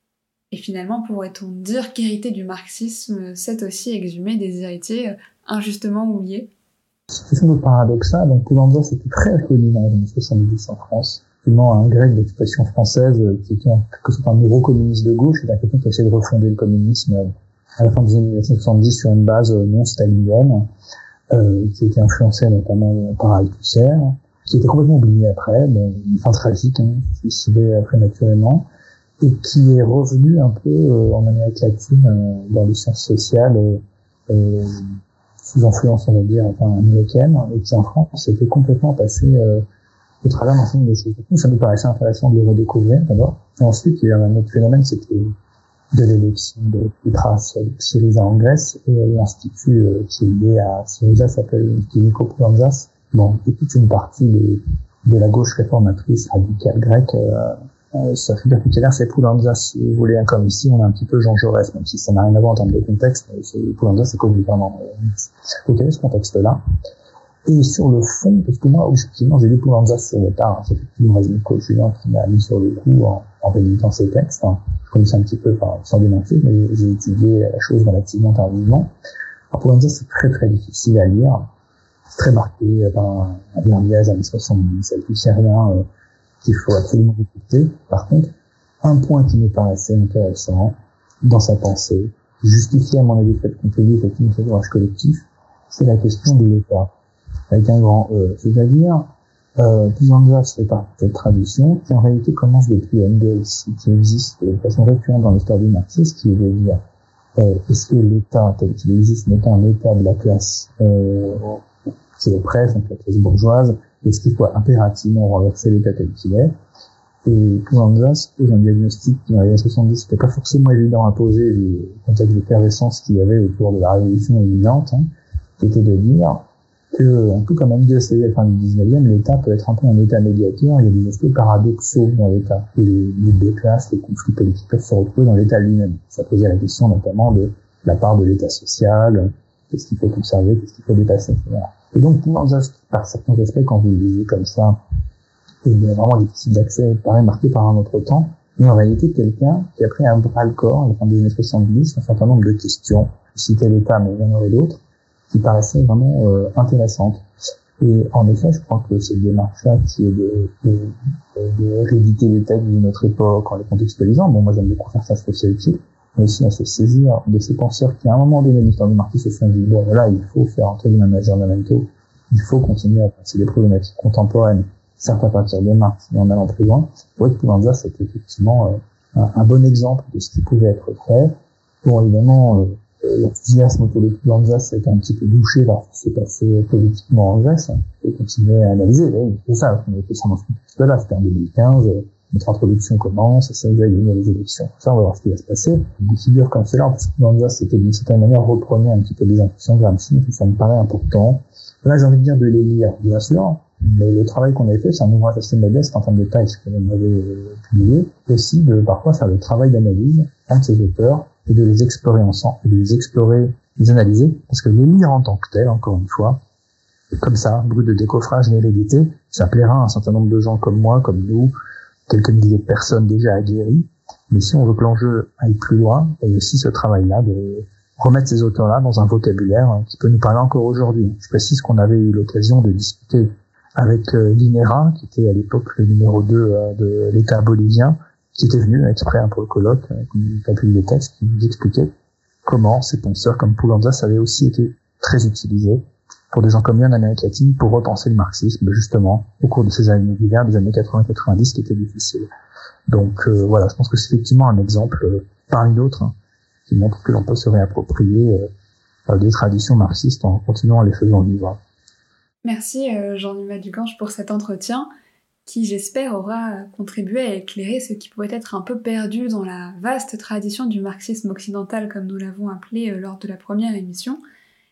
Et finalement, pourrait-on dire qu'hériter du marxisme, c'est aussi exhumer des héritiers injustement oubliés ? C'est sans doute paradoxal. Donc Poulantzas était très connu dans les années soixante-dix en France. Effectivement, un grec d'expression française qui était en quelque sorte un nouveau communiste de gauche, et quelqu'un qui essayait de refonder le communisme à la fin des années mille neuf cent soixante-dix sur une base non stalinienne, euh, qui était influencé notamment par Althusser, qui était complètement oublié après, bon, une fin tragique, hein, suicidé prématurément, et qui est revenu un peu euh, en Amérique latine, euh, dans les sciences sociales, euh, euh, sous influence, on va dire, enfin, américaine, et qui en France était complètement passé euh, au travers d'un certain nombre de choses. Donc, ça nous paraissait intéressant de le redécouvrir d'abord. Et ensuite, il y a un autre phénomène, c'était de l'élection de Petras de Syriza en Grèce, et euh, l'institut euh, qui est lié à Syriza s'appelle Nikos Poulantzas. Bon, et toute une partie de, de la gauche réformatrice radicale grecque, euh, Euh, sa figure tutélaire, c'est Poulantzas, si vous voulez, comme ici, on a un petit peu Jean Jaurès, même si ça n'a rien à voir en termes de contexte, mais c'est, Poulantzas, c'est connu vraiment. Donc, il y avait ce contexte-là. Et sur le fond, parce que moi, effectivement, j'ai lu Poulantzas sur le tard, c'est effectivement Razmiko Julien qui m'a mis sur le coup en, en réditant ses textes. Hein. Je connaissais un petit peu, enfin, sans démentir, mais j'ai étudié la chose relativement tardivement. Alors, Poulantzas, c'est très très difficile à lire. C'est très marqué par un, un verbiage années soixante-dix, avec tout c'est rien, euh, qu'il faut absolument écouter. Par contre, un point qui me paraissait intéressant dans sa pensée, justifié à mon avis le fait de contribuer effectivement à l'ouvrage collectif, c'est la question de l'État, avec un grand E. C'est-à-dire, euh, Poulantzas fait partie de cette tradition qui en réalité commence depuis Engels, qui existe de façon récurrente dans l'histoire du marxisme, qui veut dire, euh, est-ce que l'État tel qu'il existe n'est pas un État de la classe euh, qui est presse, donc la classe bourgeoise, est-ce qu'il faut impérativement renverser l'État tel qu'il est? Et Poulantzas pose un diagnostic qui, dans les années soixante-dix, n'était pas forcément évident à poser, le contexte d'effervescence qu'il y avait autour de la révolution évidente, hein, qui était de dire que, un peu comme Engels a dit à la fin du dix-neuvième, l'État peut être un peu un État médiateur, il y a des aspects paradoxaux dans l'État, et les luttes de classe, les conflits politiques peuvent se retrouver dans l'État lui-même. Ça posait la question notamment de la part de l'État social, qu'est-ce qu'il faut conserver, qu'est-ce qu'il faut dépasser, et cetera. Et donc, Poulantzas, par certains aspects, quand vous le lisez comme ça, est vraiment difficile d'accès, paraît marqué par un autre temps, mais en réalité, quelqu'un qui a pris un bras-le-corps, à la fin des années soixante-dix, un certain nombre de questions, citait l'État, mais il y en aurait d'autres, qui paraissaient vraiment euh, intéressantes. Et en effet, je crois que cette démarche-là, qui est de, de, de rééditer les textes de notre époque en les contextualisant, bon, moi j'aime beaucoup faire ça, je trouve ça utile, mais aussi à se saisir de ces penseurs qui, à un moment donné, l'histoire du marxisme, se sont dit, bon, là, il faut faire entrer un aggiornamento, il faut continuer à passer des problématiques contemporaines, certes à partir de Marx, mais en allant plus loin. Je vois que Poulantzas, c'était effectivement euh, un, un bon exemple de ce qui pouvait être fait. Bon, évidemment, euh, l'enthousiasme autour de Poulantzas s'est un petit peu douché par ce qui s'est passé politiquement en Grèce. Il faut continuer à analyser. Oui, c'est ça, on a fait ça dans ce contexte-là. C'était en deux mille quinze, euh, notre introduction commence, ça va gagner les élections. Ça, on va voir ce qui va se passer. Des figures comme cela, parce que Poulantzas, c'était d'une certaine manière, reprenait un petit peu des intuitions de Gramsci, et ça me paraît important. Là, j'ai envie de dire de les lire, bien sûr, mais le travail qu'on avait fait, c'est un ouvrage assez modeste en termes de taille, ce que l'on avait publié, aussi de parfois faire le travail d'analyse entre ces auteurs et de les explorer ensemble, et de les explorer, les analyser, parce que les lire en tant que tel, encore une fois, comme ça, brut de décoffrage et d'hérédité, ça plaira à un certain nombre de gens comme moi, comme nous, quelques milliers de personnes déjà aguerries, mais si on veut que l'enjeu aille plus loin, il y a aussi ce travail-là de remettre ces auteurs-là dans un vocabulaire hein, qui peut nous parler encore aujourd'hui. Je précise qu'on avait eu l'occasion de discuter avec euh, Linera, qui était à l'époque le numéro deux euh, de l'État bolivien, qui était venu exprès hein, pour le colloque, euh, qui a publié des textes, qui nous expliquait comment ces penseurs comme Poulantzas avaient aussi été très utilisés pour des gens comme lui en Amérique latine pour repenser le marxisme, justement, au cours de ces années d'hiver des années quatre-vingts quatre-vingt-dix qui étaient difficiles. Donc euh, voilà, je pense que c'est effectivement un exemple euh, parmi d'autres hein, qui montre que l'on peut se réapproprier euh, des traditions marxistes en continuant à les faisant vivre. Merci euh, Jean-Nima Ducange pour cet entretien qui, j'espère, aura contribué à éclairer ce qui pouvait être un peu perdu dans la vaste tradition du marxisme occidental, comme nous l'avons appelé euh, lors de la première émission.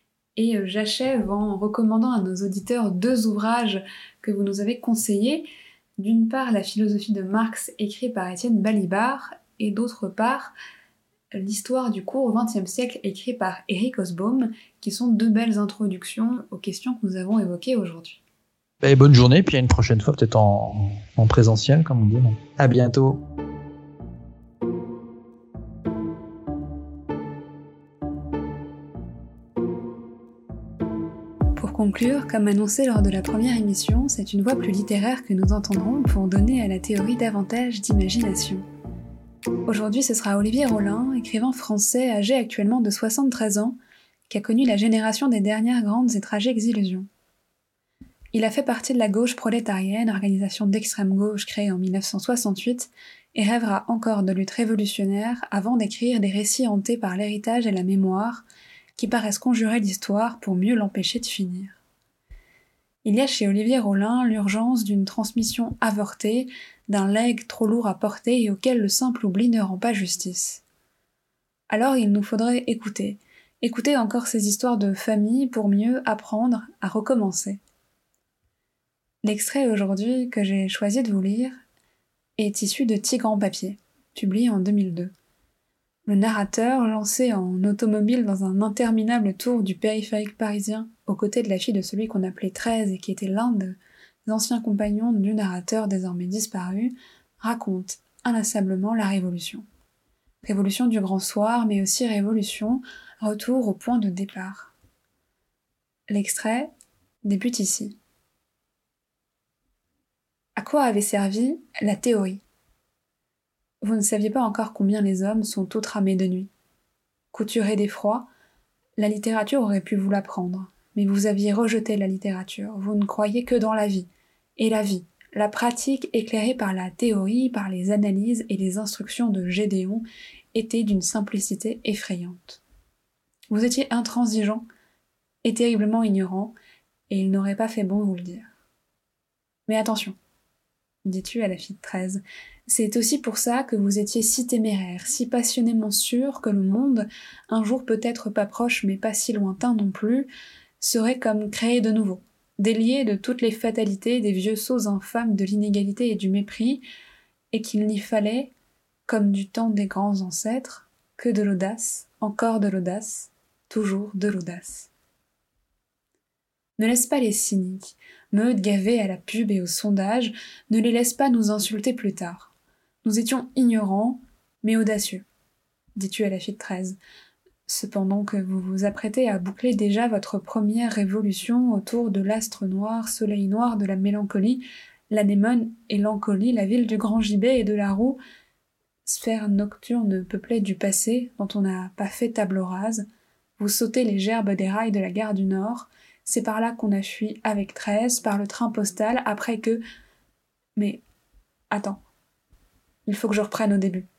Et euh, j'achève en recommandant à nos auditeurs deux ouvrages que vous nous avez conseillés. D'une part, La philosophie de Marx, écrit par Étienne Balibar, et d'autre part, L'histoire du cours au vingtième siècle, écrit par Eric Hobsbawm, qui sont deux belles introductions aux questions que nous avons évoquées aujourd'hui. Et bonne journée, puis à une prochaine fois, peut-être en, en présentiel, comme on dit. À bientôt. Pour conclure, comme annoncé lors de la première émission, c'est une voix plus littéraire que nous entendrons pour donner à la théorie davantage d'imagination. Aujourd'hui, ce sera Olivier Rollin, écrivain français âgé actuellement de soixante-treize ans, qui a connu la génération des dernières grandes et tragiques illusions. Il a fait partie de la gauche prolétarienne, organisation d'extrême gauche créée en mille neuf cent soixante-huit, et rêvera encore de lutte révolutionnaire avant d'écrire des récits hantés par l'héritage et la mémoire, qui paraissent conjurer l'histoire pour mieux l'empêcher de finir. Il y a chez Olivier Rollin l'urgence d'une transmission avortée, d'un legs trop lourd à porter et auquel le simple oubli ne rend pas justice. Alors il nous faudrait écouter, écouter encore ces histoires de famille pour mieux apprendre à recommencer. L'extrait aujourd'hui que j'ai choisi de vous lire est issu de Tigre en papier, publié en deux mille deux. Le narrateur, lancé en automobile dans un interminable tour du périphérique parisien aux côtés de la fille de celui qu'on appelait treize et qui était l'un des anciens compagnons du narrateur désormais disparu, raconte inlassablement la Révolution. Révolution du Grand Soir, mais aussi Révolution, retour au point de départ. L'extrait débute ici. À quoi avait servi la théorie ? Vous ne saviez pas encore combien les hommes sont outramés de nuit. Couturés d'effroi, la littérature aurait pu vous l'apprendre, mais vous aviez rejeté la littérature, vous ne croyez que dans la vie, et la vie, la pratique éclairée par la théorie, par les analyses et les instructions de Gédéon, était d'une simplicité effrayante. Vous étiez intransigeant et terriblement ignorant, et il n'aurait pas fait bon vous le dire. Mais attention, dis-tu à la fille de treize, c'est aussi pour ça que vous étiez si téméraire, si passionnément sûr que le monde, un jour peut-être pas proche mais pas si lointain non plus, serait comme créé de nouveau, délié de toutes les fatalités des vieux sots infâmes de l'inégalité et du mépris, et qu'il n'y fallait, comme du temps des grands ancêtres, que de l'audace, encore de l'audace, toujours de l'audace. Ne laisse pas les cyniques, meutes gavés à la pub et au sondage, ne les laisse pas nous insulter plus tard. Nous étions ignorants, mais audacieux, dis-tu à la fille de treize, cependant que vous vous apprêtez à boucler déjà votre première révolution autour de l'astre noir, soleil noir de la mélancolie, l'anémone et l'encolie, la ville du grand gibet et de la roue, sphère nocturne peuplée du passé dont on n'a pas fait table rase, vous sautez les gerbes des rails de la gare du Nord, c'est par là qu'on a fui avec treize, par le train postal, après que... Mais, attends, il faut que je reprenne au début.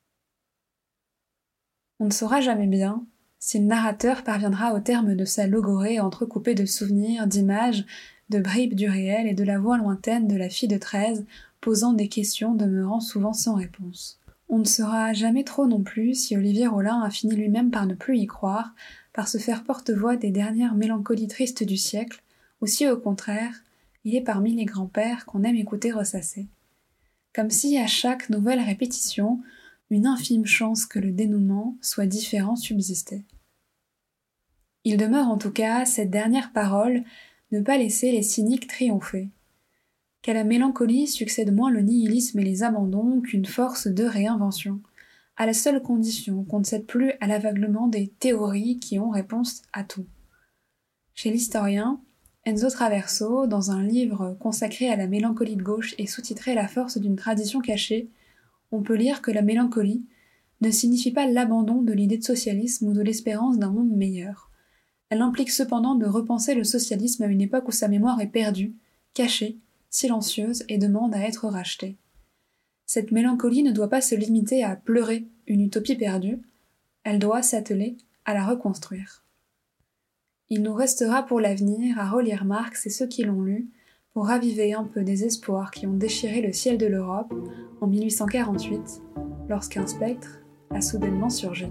On ne saura jamais bien si le narrateur parviendra au terme de sa logorée entrecoupée de souvenirs, d'images, de bribes du réel et de la voix lointaine de la fille de treize, posant des questions demeurant souvent sans réponse. On ne saura jamais trop non plus si Olivier Rollin a fini lui-même par ne plus y croire, par se faire porte-voix des dernières mélancolies tristes du siècle, ou si au contraire, il est parmi les grands-pères qu'on aime écouter ressasser. Comme si à chaque nouvelle répétition, une infime chance que le dénouement soit différent subsistait. Il demeure en tout cas cette dernière parole, ne pas laisser les cyniques triompher. Qu'à la mélancolie succède moins le nihilisme et les abandons qu'une force de réinvention, à la seule condition qu'on ne cède plus à l'aveuglement des théories qui ont réponse à tout. Chez l'historien, Enzo Traverso, dans un livre consacré à la mélancolie de gauche et sous-titré « La force d'une tradition cachée », on peut lire que la mélancolie ne signifie pas l'abandon de l'idée de socialisme ou de l'espérance d'un monde meilleur. Elle implique cependant de repenser le socialisme à une époque où sa mémoire est perdue, cachée, silencieuse et demande à être rachetée. Cette mélancolie ne doit pas se limiter à pleurer une utopie perdue, elle doit s'atteler à la reconstruire. Il nous restera pour l'avenir à relire Marx et ceux qui l'ont lu, pour raviver un peu des espoirs qui ont déchiré le ciel de l'Europe en mille huit cent quarante-huit, lorsqu'un spectre a soudainement surgi.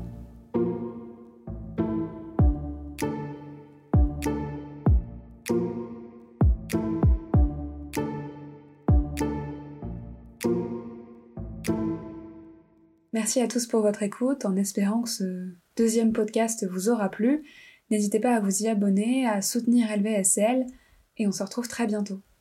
Merci à tous pour votre écoute, en espérant que ce deuxième podcast vous aura plu. N'hésitez pas à vous y abonner, à soutenir L V S L, et on se retrouve très bientôt.